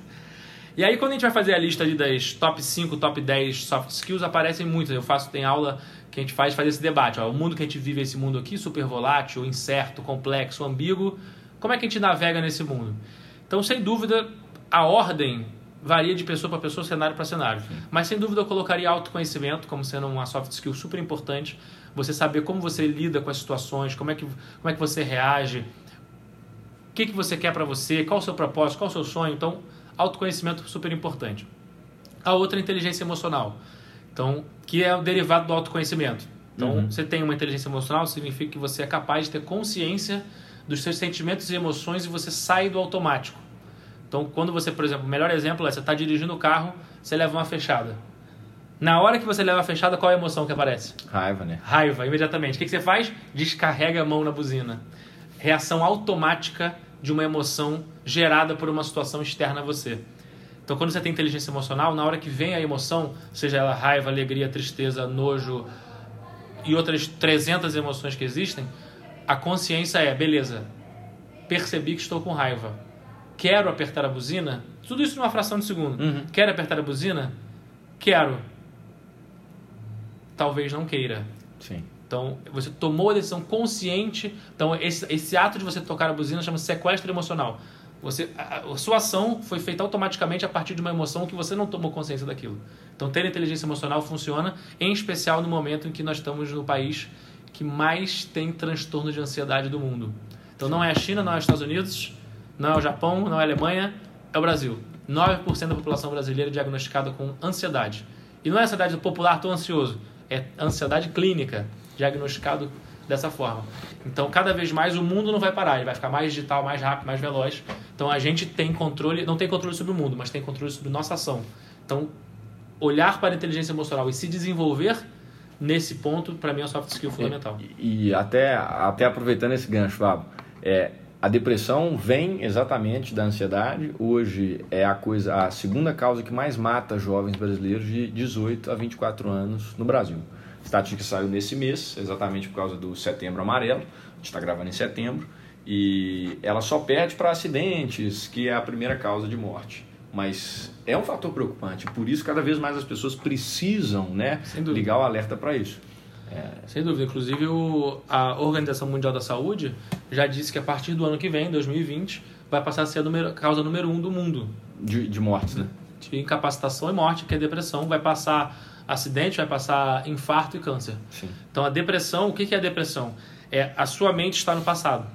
E aí, quando a gente vai fazer a lista ali das top cinco, top dez soft skills, aparecem muitas. Eu faço, tem aula que a gente faz, faz esse debate. Ó, o mundo que a gente vive, esse mundo aqui, super volátil, incerto, complexo, ambíguo. Como é que a gente navega nesse mundo? Então, sem dúvida, a ordem varia de pessoa para pessoa, cenário para cenário. Sim. Mas, sem dúvida, eu colocaria autoconhecimento como sendo uma soft skill super importante. Você saber como você lida com as situações, como é que, como é que você reage, o que, que você quer para você, qual o seu propósito, qual o seu sonho. Então, autoconhecimento super importante. A outra é a inteligência emocional, então, que é o derivado do autoconhecimento. Então, uhum. você tem uma inteligência emocional, significa que você é capaz de ter consciência dos seus sentimentos e emoções e você sai do automático. Então, quando você, por exemplo, o melhor exemplo é você está dirigindo o carro, você leva uma fechada. Na hora que você leva a fechada, qual é a emoção que aparece? Raiva, né? Raiva, imediatamente. O que, que você faz? Descarrega a mão na buzina. Reação automática de uma emoção gerada por uma situação externa a você. Então, quando você tem inteligência emocional, na hora que vem a emoção, seja ela raiva, alegria, tristeza, nojo e outras trezentas emoções que existem, a consciência é, beleza, percebi que estou com raiva. Quero apertar a buzina? Tudo isso numa fração de segundo. Uhum. Quero apertar a buzina? Quero. Talvez não queira. Sim. Então, você tomou a decisão consciente. Então, esse, esse ato de você tocar a buzina chama-se sequestro emocional. Você, a, a sua ação foi feita automaticamente a partir de uma emoção que você não tomou consciência daquilo. Então, ter inteligência emocional funciona, em especial no momento em que nós estamos no país que mais tem transtorno de ansiedade do mundo. Então, não é a China, não é os Estados Unidos, não é o Japão, não é a Alemanha, é o Brasil. nove por cento da população brasileira é diagnosticada com ansiedade. E não é ansiedade popular, estou ansioso. É ansiedade clínica, diagnosticado dessa forma. Então, cada vez mais o mundo não vai parar, ele vai ficar mais digital, mais rápido, mais veloz. Então, a gente tem controle, não tem controle sobre o mundo, mas tem controle sobre nossa ação. Então, olhar para a inteligência emocional e se desenvolver nesse ponto, para mim, é uma soft skill fundamental. E, e até, até aproveitando esse gancho, Fábio, é, a depressão vem exatamente da ansiedade. Hoje é a, coisa, a segunda causa que mais mata jovens brasileiros de dezoito a vinte e quatro anos no Brasil. A estatística saiu nesse mês, exatamente por causa do Setembro Amarelo. A gente está gravando em setembro. E ela só perde para acidentes, que é a primeira causa de morte. Mas é um fator preocupante. Por isso, cada vez mais as pessoas precisam, né, ligar o alerta para isso. É... Sem dúvida. Inclusive, o, a Organização Mundial da Saúde já disse que a partir do ano que vem, dois mil e vinte, vai passar a ser a número, causa número um do mundo. De, de mortes, né? De incapacitação e morte, que é a depressão. Vai passar acidente, vai passar infarto e câncer. Sim. Então, a depressão, o que é a depressão? É a sua mente está no passado.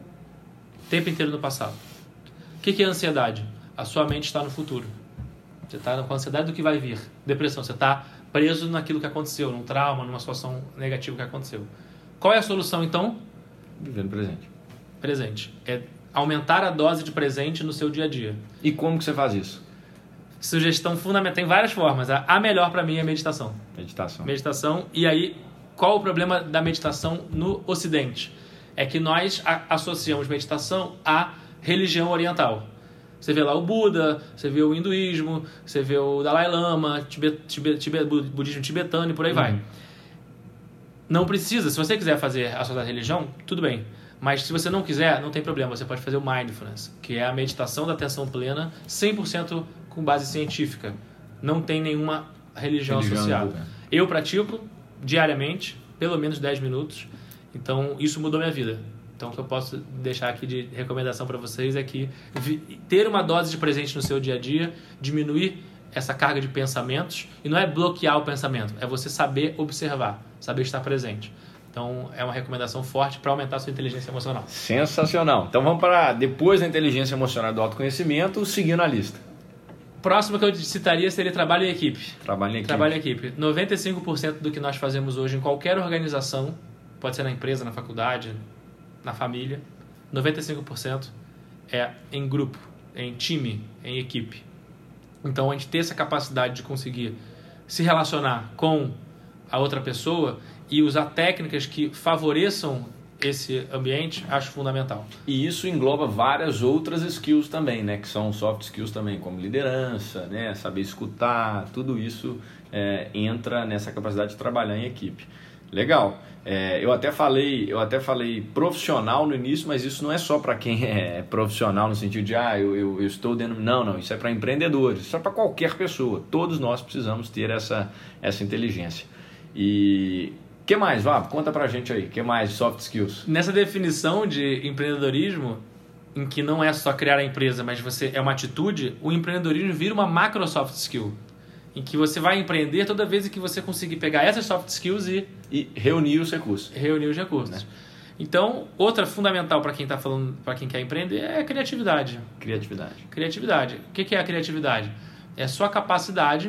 O tempo inteiro no passado. O que é a ansiedade? A sua mente está no futuro. Você está com ansiedade do que vai vir. Depressão, você está preso naquilo que aconteceu, num trauma, numa situação negativa que aconteceu. Qual é a solução, então? Viver no presente. Presente. É aumentar a dose de presente no seu dia a dia. E como que você faz isso? Sugestão fundamental. Tem várias formas. A melhor para mim é meditação. Meditação. Meditação. E aí, qual o problema da meditação no Ocidente? É que nós associamos meditação à religião oriental. Você vê lá o Buda, você vê o hinduísmo, você vê o Dalai Lama, tibet, tibet, tibet, budismo tibetano e por aí uhum. vai. Não precisa, se você quiser fazer associar a religião, tudo bem. Mas se você não quiser, não tem problema, você pode fazer o Mindfulness, que é a meditação da atenção plena, cem por cento com base científica. Não tem nenhuma religião, religião associada. É. Eu pratico diariamente, pelo menos dez minutos, então isso mudou minha vida. Então, o que eu posso deixar aqui de recomendação para vocês é que ter uma dose de presente no seu dia a dia, diminuir essa carga de pensamentos, e não é bloquear o pensamento, é você saber observar, saber estar presente. Então, é uma recomendação forte para aumentar a sua inteligência emocional. Sensacional. Então, vamos para, depois da inteligência emocional e do autoconhecimento, seguindo a lista. Próximo que eu citaria seria trabalho em equipe. Trabalho em equipe. Trabalho em equipe. noventa e cinco por cento do que nós fazemos hoje em qualquer organização, pode ser na empresa, na faculdade, na família, noventa e cinco por cento é em grupo, em time, em equipe. Então, a gente ter essa capacidade de conseguir se relacionar com a outra pessoa e usar técnicas que favoreçam esse ambiente, acho fundamental. E isso engloba várias outras skills também, né? Que são soft skills também, como liderança, né? Saber escutar, tudo isso é, entra nessa capacidade de trabalhar em equipe. Legal. É, eu até falei, eu até falei profissional no início, mas isso não é só para quem é profissional no sentido de ah, eu, eu, eu estou dentro. Não, não, isso é para empreendedores, isso é para qualquer pessoa. Todos nós precisamos ter essa, essa inteligência. E o que mais, Vá? Conta pra gente aí, o que mais soft skills? Nessa definição de empreendedorismo, em que não é só criar a empresa, mas você é uma atitude, o empreendedorismo vira uma macro soft skill, em que você vai empreender toda vez que você conseguir pegar essas soft skills e... E reunir os recursos. Reunir os recursos. Né? Então, outra fundamental para quem está falando, para quem quer empreender, é a criatividade. Criatividade. Criatividade. O que é a criatividade? É a sua capacidade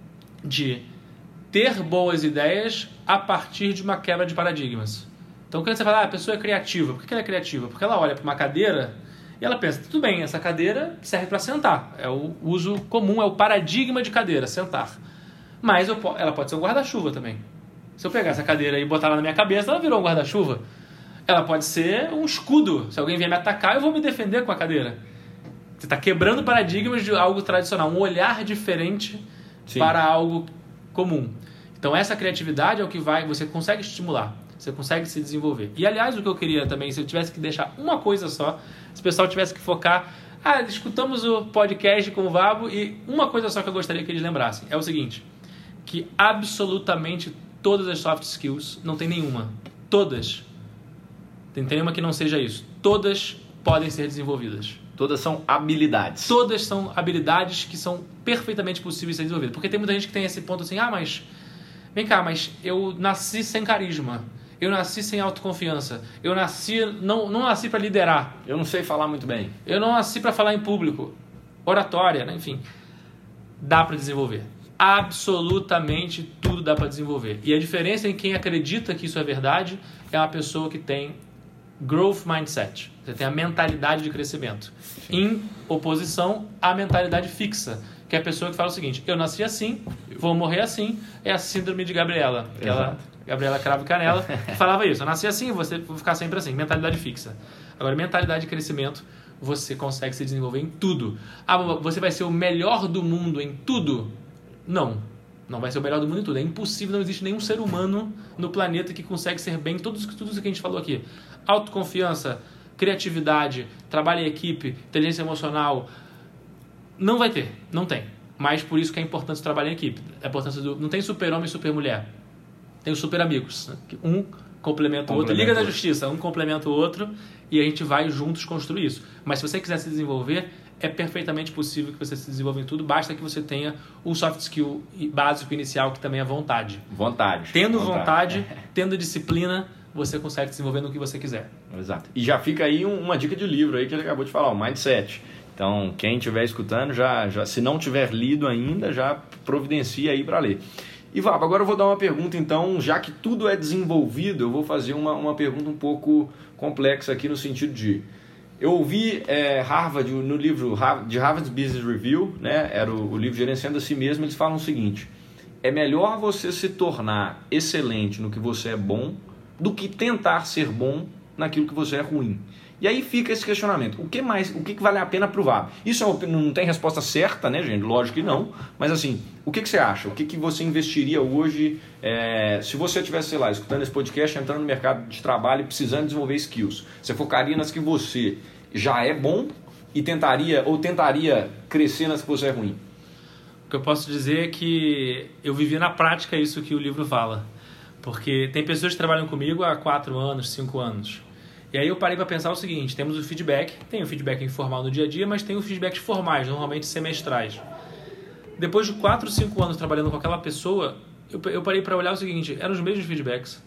de ter boas ideias a partir de uma quebra de paradigmas. Então, quando você fala, ah, a pessoa é criativa. Por que ela é criativa? Porque ela olha para uma cadeira e ela pensa, tudo bem, essa cadeira serve para sentar. É o uso comum, é o paradigma de cadeira, sentar. Mas eu, ela pode ser um guarda-chuva também. Se eu pegar essa cadeira e botar ela na minha cabeça, ela virou um guarda-chuva. Ela pode ser um escudo. Se alguém vier me atacar, eu vou me defender com a cadeira. Você está quebrando paradigmas de algo tradicional, um olhar diferente Sim. para algo comum. Então, essa criatividade é o que vai, você consegue estimular, você consegue se desenvolver. E, aliás, o que eu queria também, se eu tivesse que deixar uma coisa só, se o pessoal tivesse que focar, ah, escutamos o podcast com o Vabo e uma coisa só que eu gostaria que eles lembrassem, é o seguinte, que absolutamente todas as soft skills, não tem nenhuma, todas, tem nenhuma que não seja isso, todas podem ser desenvolvidas. Todas são habilidades. Todas são habilidades que são perfeitamente possíveis de ser desenvolvidas. Porque tem muita gente que tem esse ponto assim, ah, mas vem cá, mas eu nasci sem carisma, eu nasci sem autoconfiança, eu nasci, não, não nasci para liderar. Eu não sei falar muito bem. Eu não nasci para falar em público, oratória, né? Enfim, dá para desenvolver. Absolutamente tudo dá para desenvolver. E a diferença em quem acredita que isso é verdade é uma pessoa que tem growth mindset. Você tem a mentalidade de crescimento. Sim. Em oposição à mentalidade fixa, que é a pessoa que fala o seguinte, eu nasci assim, vou morrer assim, é a síndrome de Gabriela. Aquela Gabriela Cravo e Canela falava isso, eu nasci assim, você vou ficar sempre assim, mentalidade fixa. Agora, mentalidade de crescimento, você consegue se desenvolver em tudo. Ah, você vai ser o melhor do mundo em tudo? Não, não vai ser o melhor do mundo em tudo. É impossível, não existe nenhum ser humano no planeta que consegue ser bem em tudo, tudo isso que a gente falou aqui. Autoconfiança, criatividade, trabalho em equipe, inteligência emocional, não vai ter, não tem. Mas por isso que é importante trabalhar em equipe. A importância do, não tem super-homem e super-mulher. Tem os super-amigos. Né? Um complementa o outro. Liga da Justiça, um complementa o outro e a gente vai juntos construir isso. Mas se você quiser se desenvolver, é perfeitamente possível que você se desenvolva em tudo, basta que você tenha o soft skill básico inicial, que também é vontade. Vontade. Tendo vontade, vontade tendo disciplina, você consegue desenvolver no que você quiser. Exato. E já fica aí uma dica de livro aí que ele acabou de falar, o Mindset. Então, quem estiver escutando, já, já, se não tiver lido ainda, já providencia aí para ler. E Vabo, agora eu vou dar uma pergunta então, já que tudo é desenvolvido, eu vou fazer uma, uma pergunta um pouco complexa aqui no sentido de... Eu ouvi é, Harvard, no livro de Harvard Business Review, né, era o, o livro Gerenciando a Si Mesmo, eles falam o seguinte, é melhor você se tornar excelente no que você é bom do que tentar ser bom naquilo que você é ruim. E aí fica esse questionamento, o que mais, o que vale a pena pro Vabo? Isso é uma, não tem resposta certa, né, gente? Lógico que não, mas assim, o que, que você acha? O que, que você investiria hoje, é, se você estivesse, sei lá, escutando esse podcast, entrando no mercado de trabalho e precisando desenvolver skills, você focaria nas que você já é bom e tentaria, ou tentaria crescer nas que você é ruim? O que eu posso dizer é que eu vivi na prática isso que o livro fala, porque tem pessoas que trabalham comigo há quatro anos, cinco anos. E aí eu parei para pensar o seguinte, temos o feedback, tem o feedback informal no dia a dia, mas tem os feedbacks formais, normalmente semestrais. Depois de quatro, cinco anos trabalhando com aquela pessoa, eu, eu parei para olhar o seguinte, eram os mesmos feedbacks.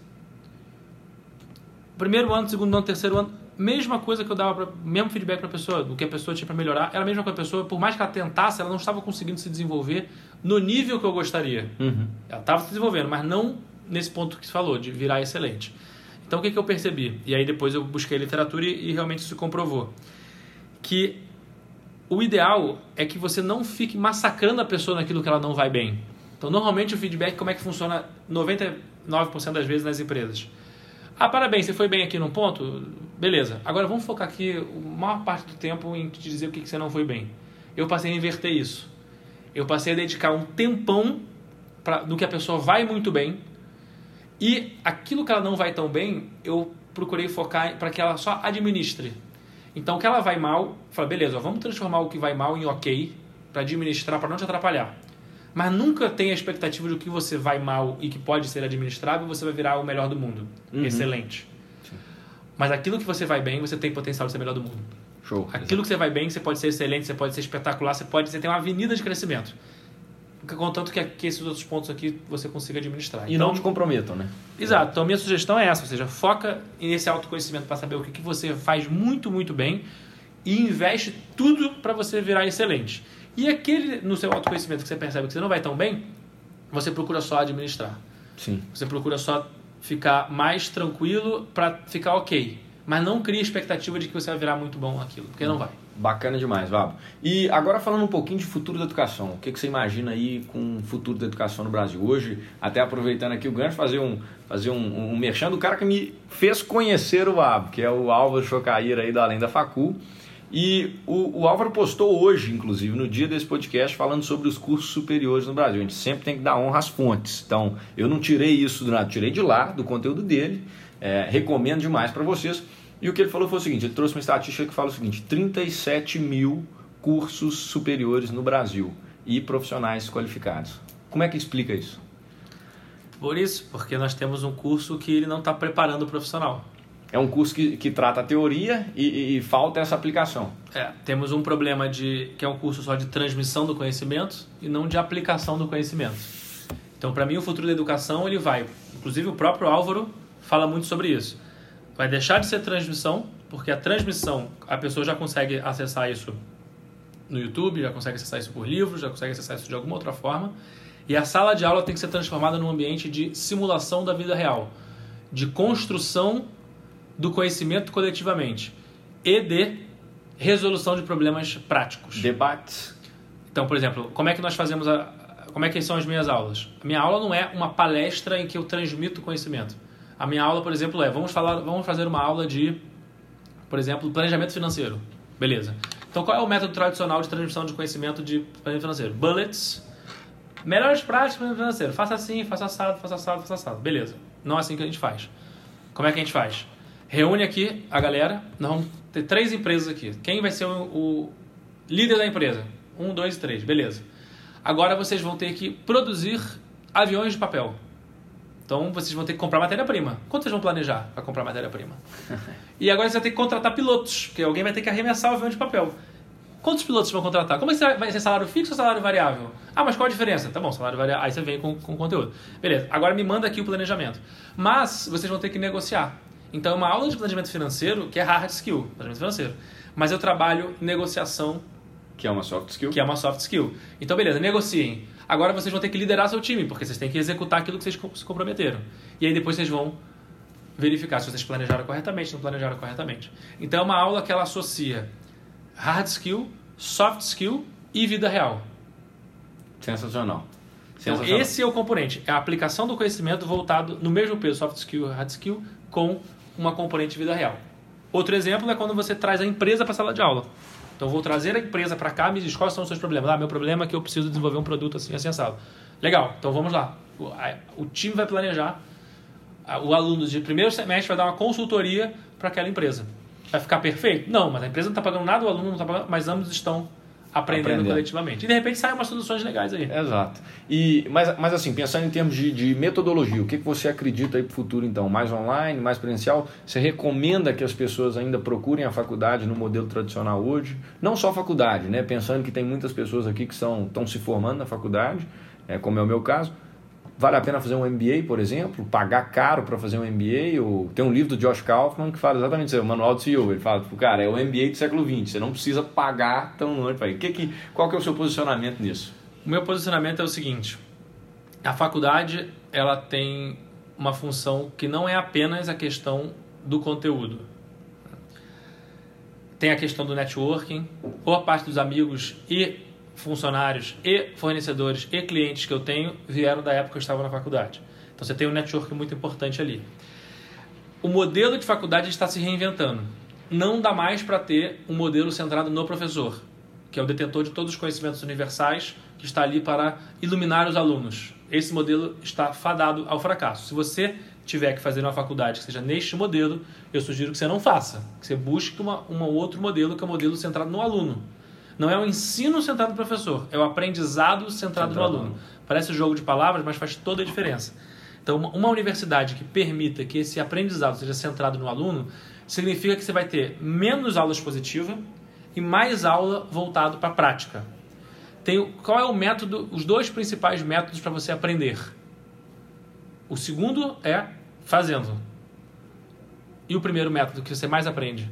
Primeiro ano, segundo ano, terceiro ano, mesma coisa que eu dava, pra, mesmo feedback para a pessoa, do que a pessoa tinha para melhorar, era a mesma coisa. A pessoa, por mais que ela tentasse, ela não estava conseguindo se desenvolver no nível que eu gostaria. Uhum. Ela estava se desenvolvendo, mas não nesse ponto que você falou, de virar excelente. Então, o que, que eu percebi? E aí depois eu busquei literatura e, e realmente isso se comprovou. Que o ideal é que você não fique massacrando a pessoa naquilo que ela não vai bem. Então, normalmente o feedback, como é que funciona noventa e nove por cento das vezes nas empresas? Ah, parabéns, você foi bem aqui num ponto? Beleza. Agora vamos focar aqui a maior parte do tempo em te dizer o que, que você não foi bem. Eu passei a inverter isso. Eu passei a dedicar um tempão pra, no que a pessoa vai muito bem. E aquilo que ela não vai tão bem, eu procurei focar para que ela só administre. Então, o que ela vai mal, fala, beleza, vamos transformar o que vai mal em ok, para administrar, para não te atrapalhar. Mas nunca tenha a expectativa de que você vai mal e que pode ser administrável, você vai virar o melhor do mundo. Uhum. Excelente. Sim. Mas aquilo que você vai bem, você tem potencial de ser o melhor do mundo. Show. Aquilo que você vai bem, você pode ser excelente, você pode ser espetacular, você pode você tem uma avenida de crescimento. Contanto que, que esses outros pontos aqui você consiga administrar. E então, não te comprometam, né? Exato. Então, minha sugestão é essa. Ou seja, foca nesse autoconhecimento para saber o que, que você faz muito, muito bem e investe tudo para você virar excelente. E aquele, no seu autoconhecimento que você percebe que você não vai tão bem, você procura só administrar. Sim. Você procura só ficar mais tranquilo para ficar ok. Mas não cria expectativa de que você vai virar muito bom naquilo, porque não vai. Bacana demais, Vabo. E agora falando um pouquinho de futuro da educação. O que, que você imagina aí com o futuro da educação no Brasil? Hoje, até aproveitando aqui o gancho, fazer um, fazer um, um merchan do cara que me fez conhecer o Vabo, que é o Álvaro Chocaíra aí da Além da Facul. E o, o Álvaro postou hoje, inclusive, no dia desse podcast, falando sobre os cursos superiores no Brasil. A gente sempre tem que dar honra às fontes. Então, eu não tirei isso do nada, tirei de lá, do conteúdo dele. É, recomendo demais para vocês. E o que ele falou foi o seguinte, ele trouxe uma estatística que fala o seguinte, trinta e sete mil cursos superiores no Brasil e profissionais qualificados. Como é que explica isso? Por isso, porque nós temos um curso que ele não está preparando o profissional. É um curso que, que trata a teoria e, e, e falta essa aplicação. É, temos um problema de que é um curso só de transmissão do conhecimento e não de aplicação do conhecimento. Então, para mim, o futuro da educação, ele vai... Inclusive, o próprio Álvaro fala muito sobre isso. Vai deixar de ser transmissão, porque a transmissão, a pessoa já consegue acessar isso no YouTube, já consegue acessar isso por livros, já consegue acessar isso de alguma outra forma. E a sala de aula tem que ser transformada num ambiente de simulação da vida real, de construção do conhecimento coletivamente e de resolução de problemas práticos. Debates. Então, por exemplo, como é que nós fazemos a, como é que são as minhas aulas? A minha aula não é uma palestra em que eu transmito conhecimento. A minha aula, por exemplo, é vamos falar, vamos fazer uma aula de, por exemplo, planejamento financeiro. Beleza. Então, qual é o método tradicional de transmissão de conhecimento de planejamento financeiro? Bullets. Melhores práticas de planejamento financeiro. Faça assim, faça assado, faça assado, faça assado. Beleza. Não é assim que a gente faz. Como é que a gente faz? Reúne aqui a galera. Nós vamos ter três empresas aqui. Quem vai ser o, o líder da empresa? Um, dois, três. Beleza. Agora vocês vão ter que produzir aviões de papel. Então, vocês vão ter que comprar matéria-prima. Quanto vocês vão planejar para comprar matéria-prima? E agora você vai ter que contratar pilotos, porque alguém vai ter que arremessar o avião de papel. Quantos pilotos vão contratar? Como é que vai ser salário fixo ou salário variável? Ah, mas qual a diferença? Tá bom, salário variável. Aí você vem com, com conteúdo. Beleza, agora me manda aqui o planejamento. Mas vocês vão ter que negociar. Então, é uma aula de planejamento financeiro que é hard skill, planejamento financeiro. Mas eu trabalho negociação, que é uma soft skill. Que é uma soft skill. Então, beleza, negociem. Agora vocês vão ter que liderar seu time, porque vocês têm que executar aquilo que vocês se comprometeram. E aí depois vocês vão verificar se vocês planejaram corretamente, se não planejaram corretamente. Então é uma aula que ela associa hard skill, soft skill e vida real. Sensacional. Então Sensacional. Esse é o componente, é a aplicação do conhecimento voltado no mesmo peso, soft skill e hard skill, com uma componente de vida real. Outro exemplo é quando você traz a empresa para a sala de aula. Então, eu vou trazer a empresa para cá, me diz quais são os seus problemas. Ah, meu problema é que eu preciso desenvolver um produto assim, assim, assado. Legal, então vamos lá. O, a, o time vai planejar, a, o aluno de primeiro semestre vai dar uma consultoria para aquela empresa. Vai ficar perfeito? Não, mas a empresa não está pagando nada, o aluno não está pagando, mas ambos estão aprendendo, aprendendo coletivamente. E de repente saem umas soluções legais aí. Exato. E, mas, mas assim, pensando em termos de, de metodologia, o que, que você acredita aí para o futuro então? Mais online, mais presencial? Você recomenda que as pessoas ainda procurem a faculdade no modelo tradicional hoje? Não só a faculdade, né? Pensando que tem muitas pessoas aqui que são, estão se formando na faculdade, é, como é o meu caso. Vale a pena fazer um M B A, por exemplo? Pagar caro para fazer um M B A? Ou... Tem um livro do Josh Kaufman que fala exatamente isso, o Manual do C E O. Ele fala, tipo, cara, é o M B A do século vinte, você não precisa pagar tão longe para ir. Que que, qual que é o seu posicionamento nisso? O meu posicionamento é o seguinte, a faculdade ela tem uma função que não é apenas a questão do conteúdo. Tem a questão do networking, boa parte dos amigos e funcionários e fornecedores e clientes que eu tenho vieram da época que eu estava na faculdade. Então você tem um network muito importante ali. O modelo de faculdade está se reinventando. Não dá mais para ter um modelo centrado no professor, que é o detentor de todos os conhecimentos universais, que está ali para iluminar os alunos. Esse modelo está fadado ao fracasso. Se você tiver que fazer uma faculdade que seja neste modelo, eu sugiro que você não faça, que você busque uma, um outro modelo, que é o um modelo centrado no aluno. Não é o ensino centrado no professor, é o aprendizado centrado, centrado no aluno. Parece jogo de palavras, mas faz toda a diferença. Então, uma universidade que permita que esse aprendizado seja centrado no aluno, significa que você vai ter menos aula expositiva e mais aula voltado para a prática. Tem, qual é o método, os dois principais métodos para você aprender? O segundo é fazendo. E o primeiro método que você mais aprende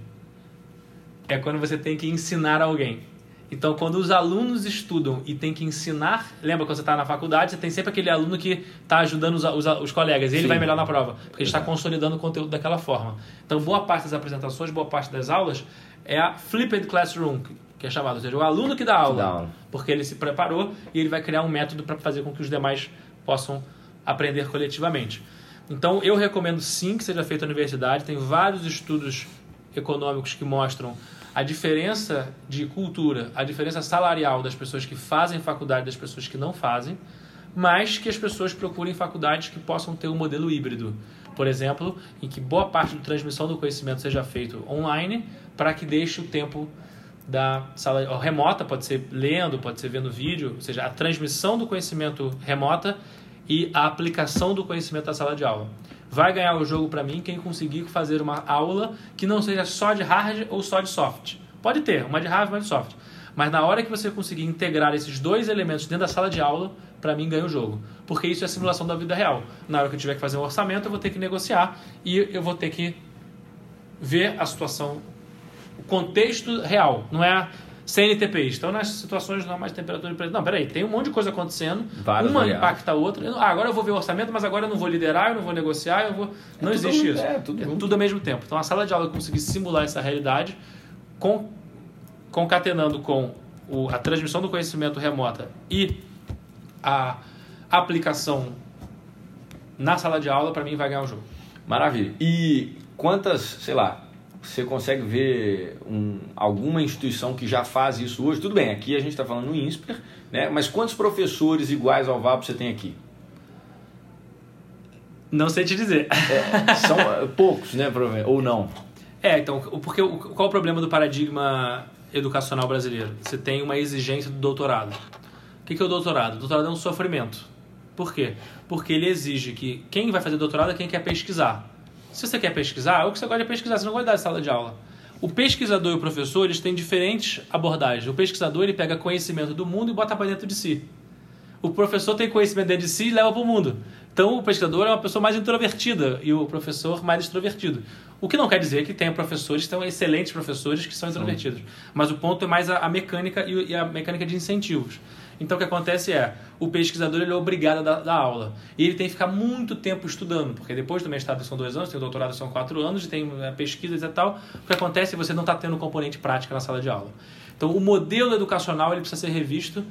é quando você tem que ensinar alguém. Então, quando os alunos estudam e tem que ensinar... Lembra quando você está na faculdade, você tem sempre aquele aluno que está ajudando os, os, os colegas. E ele Sim. vai melhor na prova, porque ele está consolidando o conteúdo daquela forma. Então, boa parte das apresentações, boa parte das aulas é a Flipped Classroom, que é chamado. Ou seja, o aluno que dá aula. Dá aula. Porque ele se preparou e ele vai criar um método para fazer com que os demais possam aprender coletivamente. Então, eu recomendo sim que seja feito na universidade. Tem vários estudos econômicos que mostram a diferença de cultura, a diferença salarial das pessoas que fazem faculdade e das pessoas que não fazem, mas que as pessoas procurem faculdades que possam ter um modelo híbrido. Por exemplo, em que boa parte da transmissão do conhecimento seja feito online, para que deixe o tempo da sala remota, pode ser lendo, pode ser vendo vídeo, ou seja, a transmissão do conhecimento remota e a aplicação do conhecimento da sala de aula. Vai ganhar o jogo para mim quem conseguir fazer uma aula que não seja só de hard ou só de soft. Pode ter, uma de hard e uma de soft. Mas na hora que você conseguir integrar esses dois elementos dentro da sala de aula, para mim ganha o jogo. Porque isso é a simulação da vida real. Na hora que eu tiver que fazer um orçamento, eu vou ter que negociar e eu vou ter que ver a situação, o contexto real. Não é C N T Ps. Então, nas situações normais de temperatura e preço. Não, peraí, tem um monte de coisa acontecendo. Várias uma variáveis. Impacta a outra. Eu, ah, agora eu vou ver o orçamento, mas agora eu não vou liderar, eu não vou negociar, eu vou... Não é existe tudo, isso. É, tudo, é tudo ao mesmo tempo. Então, a sala de aula conseguir simular essa realidade, com, concatenando com o, a transmissão do conhecimento remota e a aplicação na sala de aula, para mim, vai ganhar o jogo. Maravilha. E quantas, sei lá, você consegue ver um, alguma instituição que já faz isso hoje? Tudo bem, aqui a gente está falando no INSPER, né? Mas quantos professores iguais ao Vabo você tem aqui? Não sei te dizer. É, são poucos, né? Ou não? É, então, porque, qual o problema do paradigma educacional brasileiro? Você tem uma exigência do doutorado. O que é o doutorado? O doutorado é um sofrimento. Por quê? Porque ele exige que quem vai fazer doutorado é quem quer pesquisar. Se você quer pesquisar, é o que você gosta de pesquisar, você não gosta de sala de aula. O pesquisador e o professor, eles têm diferentes abordagens. O pesquisador, ele pega conhecimento do mundo e bota para dentro de si. O professor tem conhecimento dentro de si e leva para o mundo. Então, o pesquisador é uma pessoa mais introvertida e o professor mais extrovertido. O que não quer dizer que tenha professores, que são excelentes professores que são introvertidos. Sim. Mas o ponto é mais a, a mecânica e a mecânica de incentivos. Então, o que acontece é, o pesquisador ele é obrigado a dar, dar aula. E ele tem que ficar muito tempo estudando, porque depois do mestrado são dois anos, tem o doutorado são quatro anos, e tem pesquisas e tal. O que acontece é que você não está tendo componente prática na sala de aula. Então, o modelo educacional ele precisa ser revisto.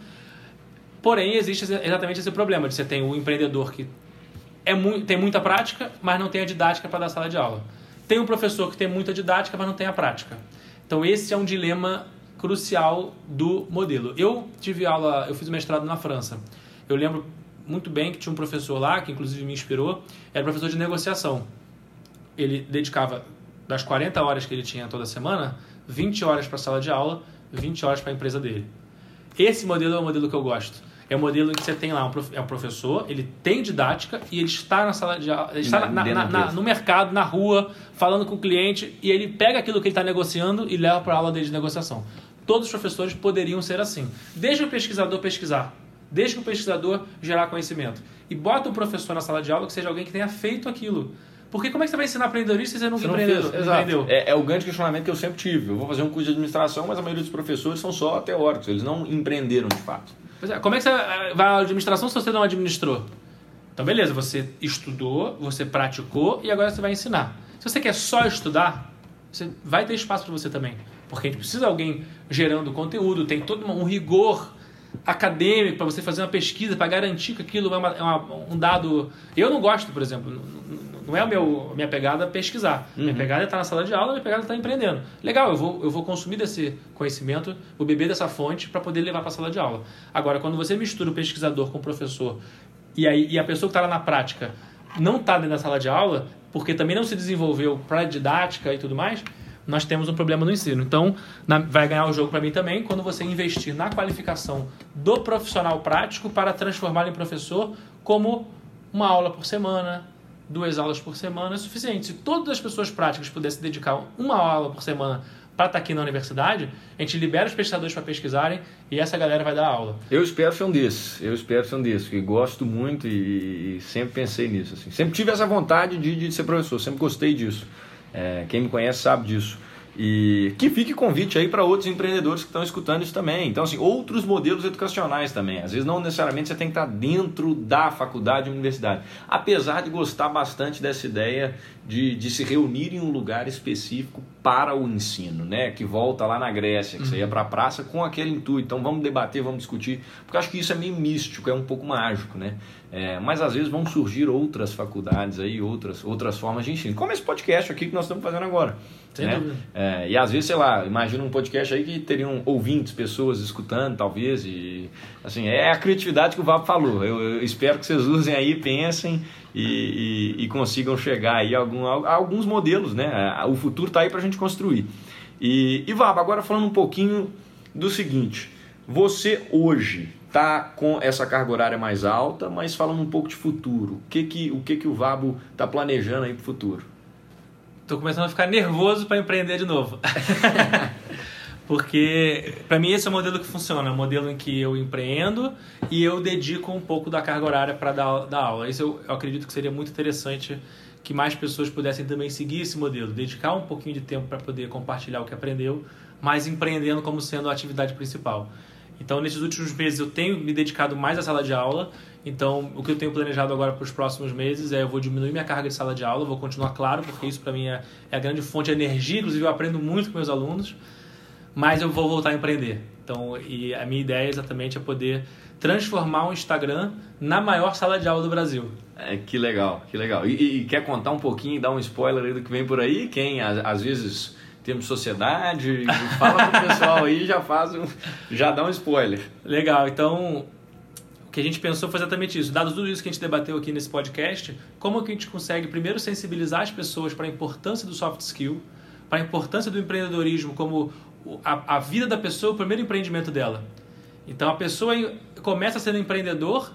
Porém, existe exatamente esse problema, de você tem o empreendedor que é muito, tem muita prática, mas não tem a didática para dar sala de aula. Tem um professor que tem muita didática, mas não tem a prática. Então, esse é um dilema crucial do modelo. Eu tive aula, eu fiz mestrado na França. Eu lembro muito bem que tinha um professor lá, que inclusive me inspirou, era professor de negociação. Ele dedicava, das quarenta horas que ele tinha toda semana, vinte horas para a sala de aula, vinte horas para a empresa dele. Esse modelo é o modelo que eu gosto. É o modelo em que você tem lá um, prof... é um professor, ele tem didática e ele está na sala de aula, ele está na, na, na, no mercado, na rua, falando com o cliente, e ele pega aquilo que ele está negociando e leva para a aula dele de negociação. Todos os professores poderiam ser assim. Deixa o pesquisador pesquisar. Deixa o pesquisador gerar conhecimento. E bota o professor na sala de aula que seja alguém que tenha feito aquilo. Porque como é que você vai ensinar empreendedorismo se você nunca empreendeu? Exato. É, é o grande questionamento que eu sempre tive. Eu vou fazer um curso de administração, mas a maioria dos professores são só teóricos. Eles não empreenderam de fato. Pois é, como é que você vai à administração se você não administrou? Então, beleza, você estudou, você praticou e agora você vai ensinar. Se você quer só estudar, você vai ter espaço para você também. Porque a gente precisa de alguém gerando conteúdo, tem todo um rigor acadêmico para você fazer uma pesquisa, para garantir que aquilo é, uma, é uma, um dado... Eu não gosto, por exemplo, não é a meu, minha pegada pesquisar. Uhum. Minha pegada é estar na sala de aula, minha pegada é estar empreendendo. Legal, eu vou, eu vou consumir desse conhecimento, vou beber dessa fonte para poder levar para a sala de aula. Agora, quando você mistura o pesquisador com o professor e, aí, e a pessoa que está lá na prática não está dentro da sala de aula, porque também não se desenvolveu para didática e tudo mais, nós temos um problema no ensino. Então, na, vai ganhar o jogo para mim também quando você investir na qualificação do profissional prático para transformá-lo em professor, como uma aula por semana, duas aulas por semana é suficiente. Se todas as pessoas práticas pudessem dedicar uma aula por semana para estar aqui na universidade, a gente libera os pesquisadores para pesquisarem e essa galera vai dar aula. Eu espero ser um desses, eu espero ser um desses, que gosto muito e, e sempre pensei nisso. Assim. Sempre tive essa vontade de, de ser professor, sempre gostei disso. É, quem me conhece sabe disso. E que fique convite aí para outros empreendedores que estão escutando isso também. Então, assim, outros modelos educacionais também. Às vezes não necessariamente você tem que estar dentro da faculdade ou universidade. Apesar de gostar bastante dessa ideia de, de se reunir em um lugar específico para o ensino, né? Que volta lá na Grécia, que você ia para a praça com aquele intuito. Então vamos debater, vamos discutir. Porque eu acho que isso é meio místico, é um pouco mágico, né? É, mas às vezes vão surgir outras faculdades aí, outras, outras formas de ensino. Como esse podcast aqui que nós estamos fazendo agora. Sem né? dúvida. É, e às vezes, sei lá, imagina um podcast aí que teriam ouvintes, pessoas escutando, talvez. E assim, é a criatividade que o Vabo falou. Eu, eu espero que vocês usem aí, pensem e, e, e consigam chegar aí a, algum, a alguns modelos, né? O futuro está aí para a gente construir. E, e Vabo, agora falando um pouquinho do seguinte: você hoje está com essa carga horária mais alta, mas falando um pouco de futuro, o que que o, que que o Vabo está planejando aí para o futuro? Tô começando a ficar nervoso para empreender de novo. Porque, para mim, esse é o modelo que funciona. É um modelo em que eu empreendo e eu dedico um pouco da carga horária para dar, dar aula. Isso eu, eu acredito que seria muito interessante que mais pessoas pudessem também seguir esse modelo. Dedicar um pouquinho de tempo para poder compartilhar o que aprendeu, mas empreendendo como sendo a atividade principal. Então, nesses últimos meses, eu tenho me dedicado mais à sala de aula. Então, o que eu tenho planejado agora para os próximos meses é eu vou diminuir minha carga de sala de aula, vou continuar, claro, porque isso para mim é, é a grande fonte de energia. Inclusive, eu aprendo muito com meus alunos, mas eu vou voltar a empreender. Então, e a minha ideia exatamente é poder transformar o Instagram na maior sala de aula do Brasil. É, que legal, que legal. E, e quer contar um pouquinho, dar um spoiler aí do que vem por aí? Quem, às, às vezes... Temos sociedade, fala pro pessoal aí, já faz um, já dá um spoiler. Legal, então o que a gente pensou foi exatamente isso. Dado tudo isso que a gente debateu aqui nesse podcast, como que a gente consegue primeiro sensibilizar as pessoas para a importância do soft skill, para a importância do empreendedorismo como a, a vida da pessoa, o primeiro empreendimento dela. Então a pessoa começa sendo empreendedor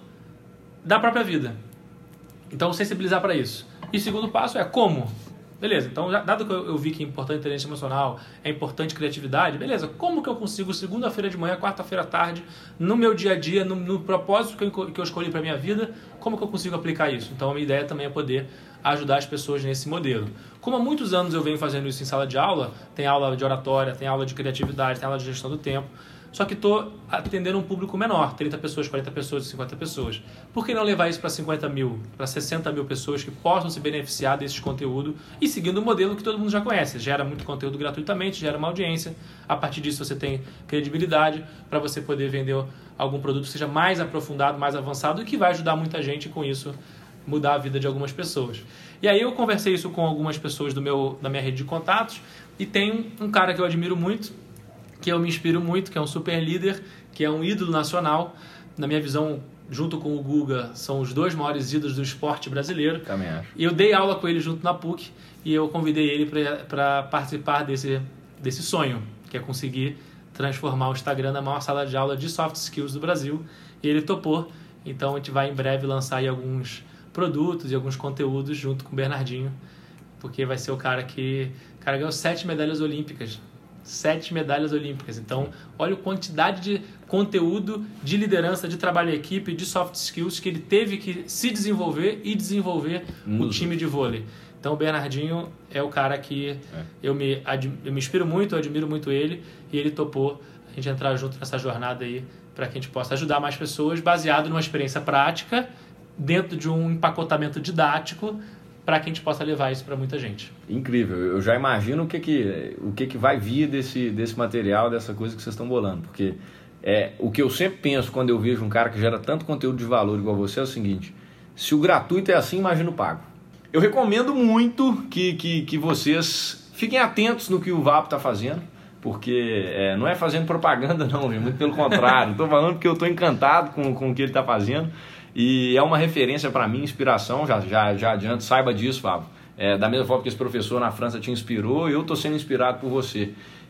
da própria vida. Então sensibilizar para isso. E o segundo passo é como? Beleza, então já, dado que eu, eu vi que é importante inteligência emocional, é importante criatividade, beleza, como que eu consigo segunda-feira de manhã, quarta-feira à tarde, no meu dia a dia, no, no propósito que eu, que eu escolhi para a minha vida, como que eu consigo aplicar isso? Então a minha ideia também é poder ajudar as pessoas nesse modelo. Como há muitos anos eu venho fazendo isso em sala de aula, tem aula de oratória, tem aula de criatividade, tem aula de gestão do tempo, só que estou atendendo um público menor, trinta pessoas, quarenta pessoas, cinquenta pessoas. Por que não levar isso para cinquenta mil, para sessenta mil pessoas que possam se beneficiar desse conteúdo e seguindo o modelo que todo mundo já conhece? Gera muito conteúdo gratuitamente, gera uma audiência. A partir disso você tem credibilidade para você poder vender algum produto que seja mais aprofundado, mais avançado e que vai ajudar muita gente com isso mudar a vida de algumas pessoas. E aí eu conversei isso com algumas pessoas do meu, da minha rede de contatos e tem um cara que eu admiro muito, que eu me inspiro muito, que é um super líder, que é um ídolo nacional. Na minha visão, junto com o Guga, são os dois maiores ídolos do esporte brasileiro. Também acho. E eu dei aula com ele junto na P U C e eu convidei ele para participar desse, desse sonho, que é conseguir transformar o Instagram na maior sala de aula de soft skills do Brasil. E ele topou. Então a gente vai em breve lançar aí alguns produtos e alguns conteúdos junto com o Bernardinho, porque vai ser o cara que o cara ganhou sete medalhas olímpicas. Sete medalhas olímpicas. Então, olha a quantidade de conteúdo, de liderança, de trabalho em equipe, de soft skills que ele teve que se desenvolver e desenvolver hum. o time de vôlei. Então, o Bernardinho é o cara que é. eu, me, eu me inspiro muito, eu admiro muito ele, e ele topou a gente entrar junto nessa jornada aí para que a gente possa ajudar mais pessoas baseado numa experiência prática, dentro de um empacotamento didático, para que a gente possa levar isso para muita gente. Incrível. Eu já imagino o que, que, o que, que vai vir desse, desse material, dessa coisa que vocês estão bolando. Porque é, o que eu sempre penso quando eu vejo um cara que gera tanto conteúdo de valor igual você é o seguinte: se o gratuito é assim, imagina o pago. Eu recomendo muito que, que, que vocês fiquem atentos no que o Vabo está fazendo, porque é, não é fazendo propaganda não, muito pelo contrário. Estou falando porque eu estou encantado com, com o que ele está fazendo. E é uma referência para mim, inspiração, já, já, já adianto, saiba disso, Fábio. É, da mesma forma que esse professor na França te inspirou, eu estou sendo inspirado por você.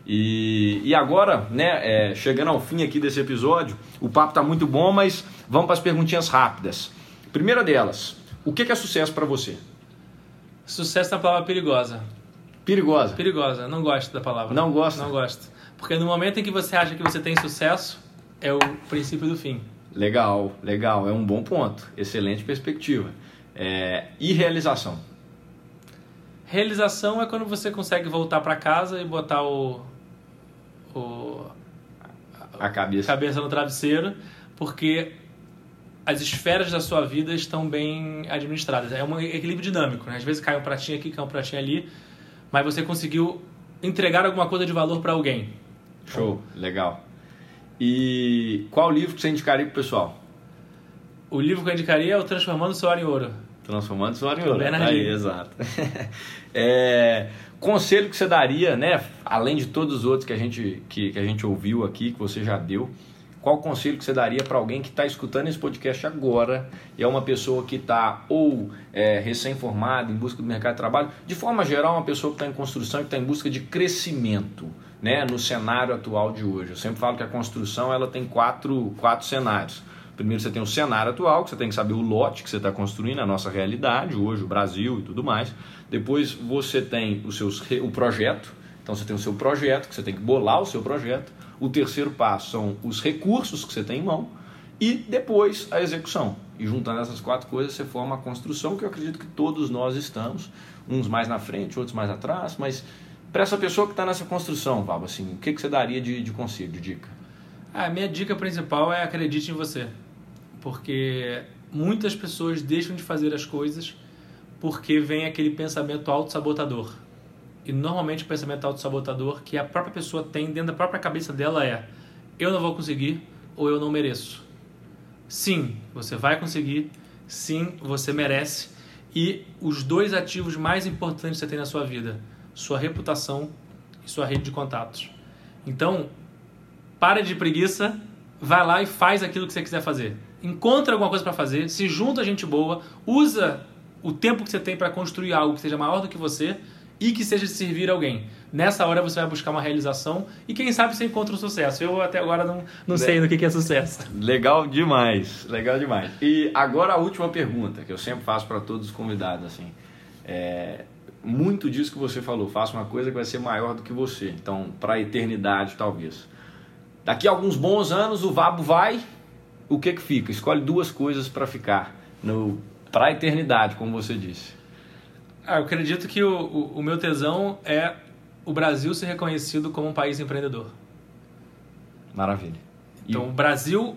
E, e agora, né, é, chegando ao fim aqui desse episódio, o papo está muito bom, mas vamos para as perguntinhas rápidas. Primeira delas, o que é sucesso para você? Sucesso é uma palavra perigosa. Perigosa. Perigosa, não gosto da palavra. Não gosta? Não gosto. Porque no momento em que você acha que você tem sucesso, é o princípio do fim. Legal, legal. É um bom ponto. Excelente perspectiva. É... E realização? Realização é quando você consegue voltar para casa e botar o, o a cabeça. cabeça no travesseiro, porque as esferas da sua vida estão bem administradas. É um equilíbrio dinâmico, né? Às vezes cai um pratinho aqui, cai um pratinho ali, mas você conseguiu entregar alguma coisa de valor para alguém. Show, legal. E qual livro que você indicaria pro pessoal? O livro que eu indicaria é o Transformando Suor em Ouro. Transformando Suor em Ouro. Bernardinho. Aí, exato. É, conselho que você daria, né? Além de todos os outros que a gente, que, que a gente ouviu aqui, que você já deu, qual conselho que você daria para alguém que está escutando esse podcast agora e é uma pessoa que está ou é, recém-formada, em busca do mercado de trabalho, de forma geral, uma pessoa que está em construção e que está em busca de crescimento, né, no cenário atual de hoje. Eu sempre falo que a construção ela tem quatro, quatro cenários. Primeiro você tem o cenário atual, que você tem que saber o lote que você está construindo, a nossa realidade, hoje o Brasil e tudo mais. Depois você tem os seus, o projeto, então você tem o seu projeto, que você tem que bolar o seu projeto. O terceiro passo são os recursos que você tem em mão e depois a execução. E juntando essas quatro coisas você forma a construção, que eu acredito que todos nós estamos, uns mais na frente, outros mais atrás, mas para essa pessoa que está nessa construção, Vabo, assim, o que, que você daria de, de conselho, de dica? A minha dica principal é acredite em você, porque muitas pessoas deixam de fazer as coisas porque vem aquele pensamento autossabotador. E normalmente o pensamento autossabotador que a própria pessoa tem dentro da própria cabeça dela é: eu não vou conseguir ou eu não mereço. Sim, você vai conseguir, sim, você merece. E os dois ativos mais importantes que você tem na sua vida: sua reputação e sua rede de contatos. Então, para de preguiça, vai lá e faz aquilo que você quiser fazer. Encontra alguma coisa para fazer, se junta a gente boa, usa o tempo que você tem para construir algo que seja maior do que você e que seja servir alguém. Nessa hora você vai buscar uma realização e quem sabe você encontra um sucesso. Eu até agora não, não sei no que, que é sucesso. Legal demais, legal demais. E agora a última pergunta que eu sempre faço para todos os convidados, assim, é... muito disso que você falou, faça uma coisa que vai ser maior do que você, então para a eternidade talvez. Daqui a alguns bons anos o Vabo vai, o que que fica? Escolhe duas coisas para ficar no, para a eternidade, como você disse. Ah, eu acredito que o, o, o meu tesão é o Brasil ser reconhecido como um país empreendedor. Maravilha. Então, o Brasil,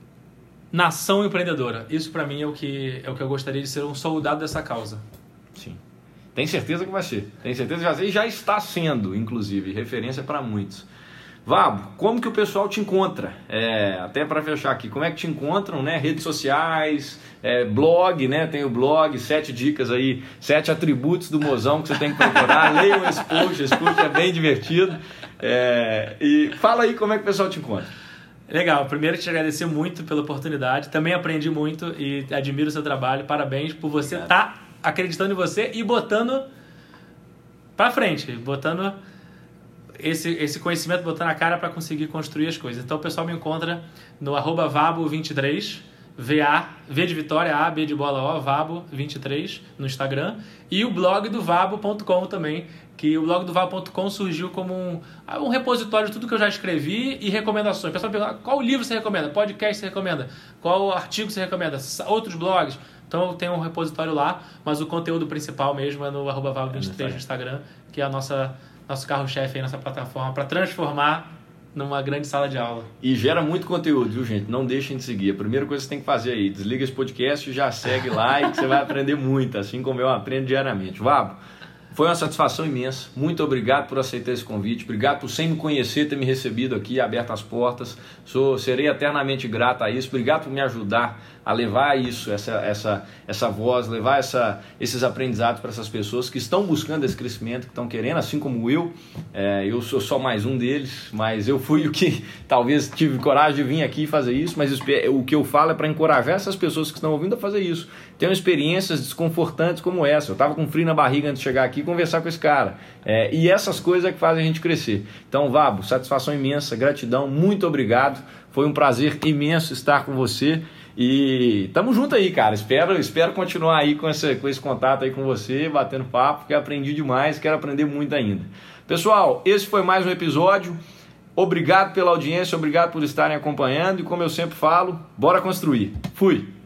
nação empreendedora. Isso para mim é o, que, é o que eu gostaria de ser, um soldado dessa causa. Sim. Tem certeza que vai ser. Tem certeza que vai ser e já está sendo, inclusive, referência para muitos. Vabo, como que o pessoal te encontra? É, até para fechar aqui, como é que te encontram, né? Redes sociais, é, blog, né? Tem o blog, sete dicas aí, sete atributos do mozão que você tem que procurar. Leiam esse post, esse post é bem divertido. É, e fala aí como é que o pessoal te encontra. Legal, primeiro te agradecer muito pela oportunidade, também aprendi muito e admiro o seu trabalho, parabéns por você estar tá acreditando em você e botando para frente, botando esse, esse conhecimento, botando a cara para conseguir construir as coisas. Então o pessoal me encontra no arroba vabo vinte e três, V A, V de Vitória, A, B de bola, O, Vabo vinte e três no Instagram, e o blog do vabo ponto com também, que o blog do vabo ponto com surgiu como um, um repositório de tudo que eu já escrevi e recomendações. O pessoal pergunta, qual livro você recomenda? Podcast você recomenda? Qual artigo você recomenda? Outros blogs? Então eu tenho um repositório lá, mas o conteúdo principal mesmo é no arroba vabo vinte e três no Instagram, que é a nossa, nosso carro-chefe aí nessa plataforma, para transformar numa grande sala de aula. E gera muito conteúdo, viu, gente? Não deixem de seguir. A primeira coisa que você tem que fazer aí, desliga esse podcast e já segue lá e que você vai aprender muito, assim como eu aprendo diariamente. Vabo, foi uma satisfação imensa. Muito obrigado por aceitar esse convite. Obrigado por, sem me conhecer, ter me recebido aqui, aberto as portas. Sou, serei eternamente grato a isso. Obrigado por me ajudar a levar isso, essa, essa, essa voz, levar essa, esses aprendizados para essas pessoas que estão buscando esse crescimento, que estão querendo, assim como eu. É, eu sou só mais um deles, mas eu fui o que talvez tive coragem de vir aqui fazer isso, mas o que eu falo é para encorajar essas pessoas que estão ouvindo a fazer isso. Tenham experiências desconfortantes como essa. Eu estava com frio na barriga antes de chegar aqui e conversar com esse cara. É, e essas coisas é que fazem a gente crescer. Então, Vabo, satisfação imensa, gratidão, muito obrigado. Foi um prazer imenso estar com você. E tamo junto aí, cara. Espero, espero continuar aí com esse, com esse contato aí com você, batendo papo, porque aprendi demais, quero aprender muito ainda. Pessoal, esse foi mais um episódio. Obrigado pela audiência, obrigado por estarem acompanhando e como eu sempre falo, bora construir. Fui!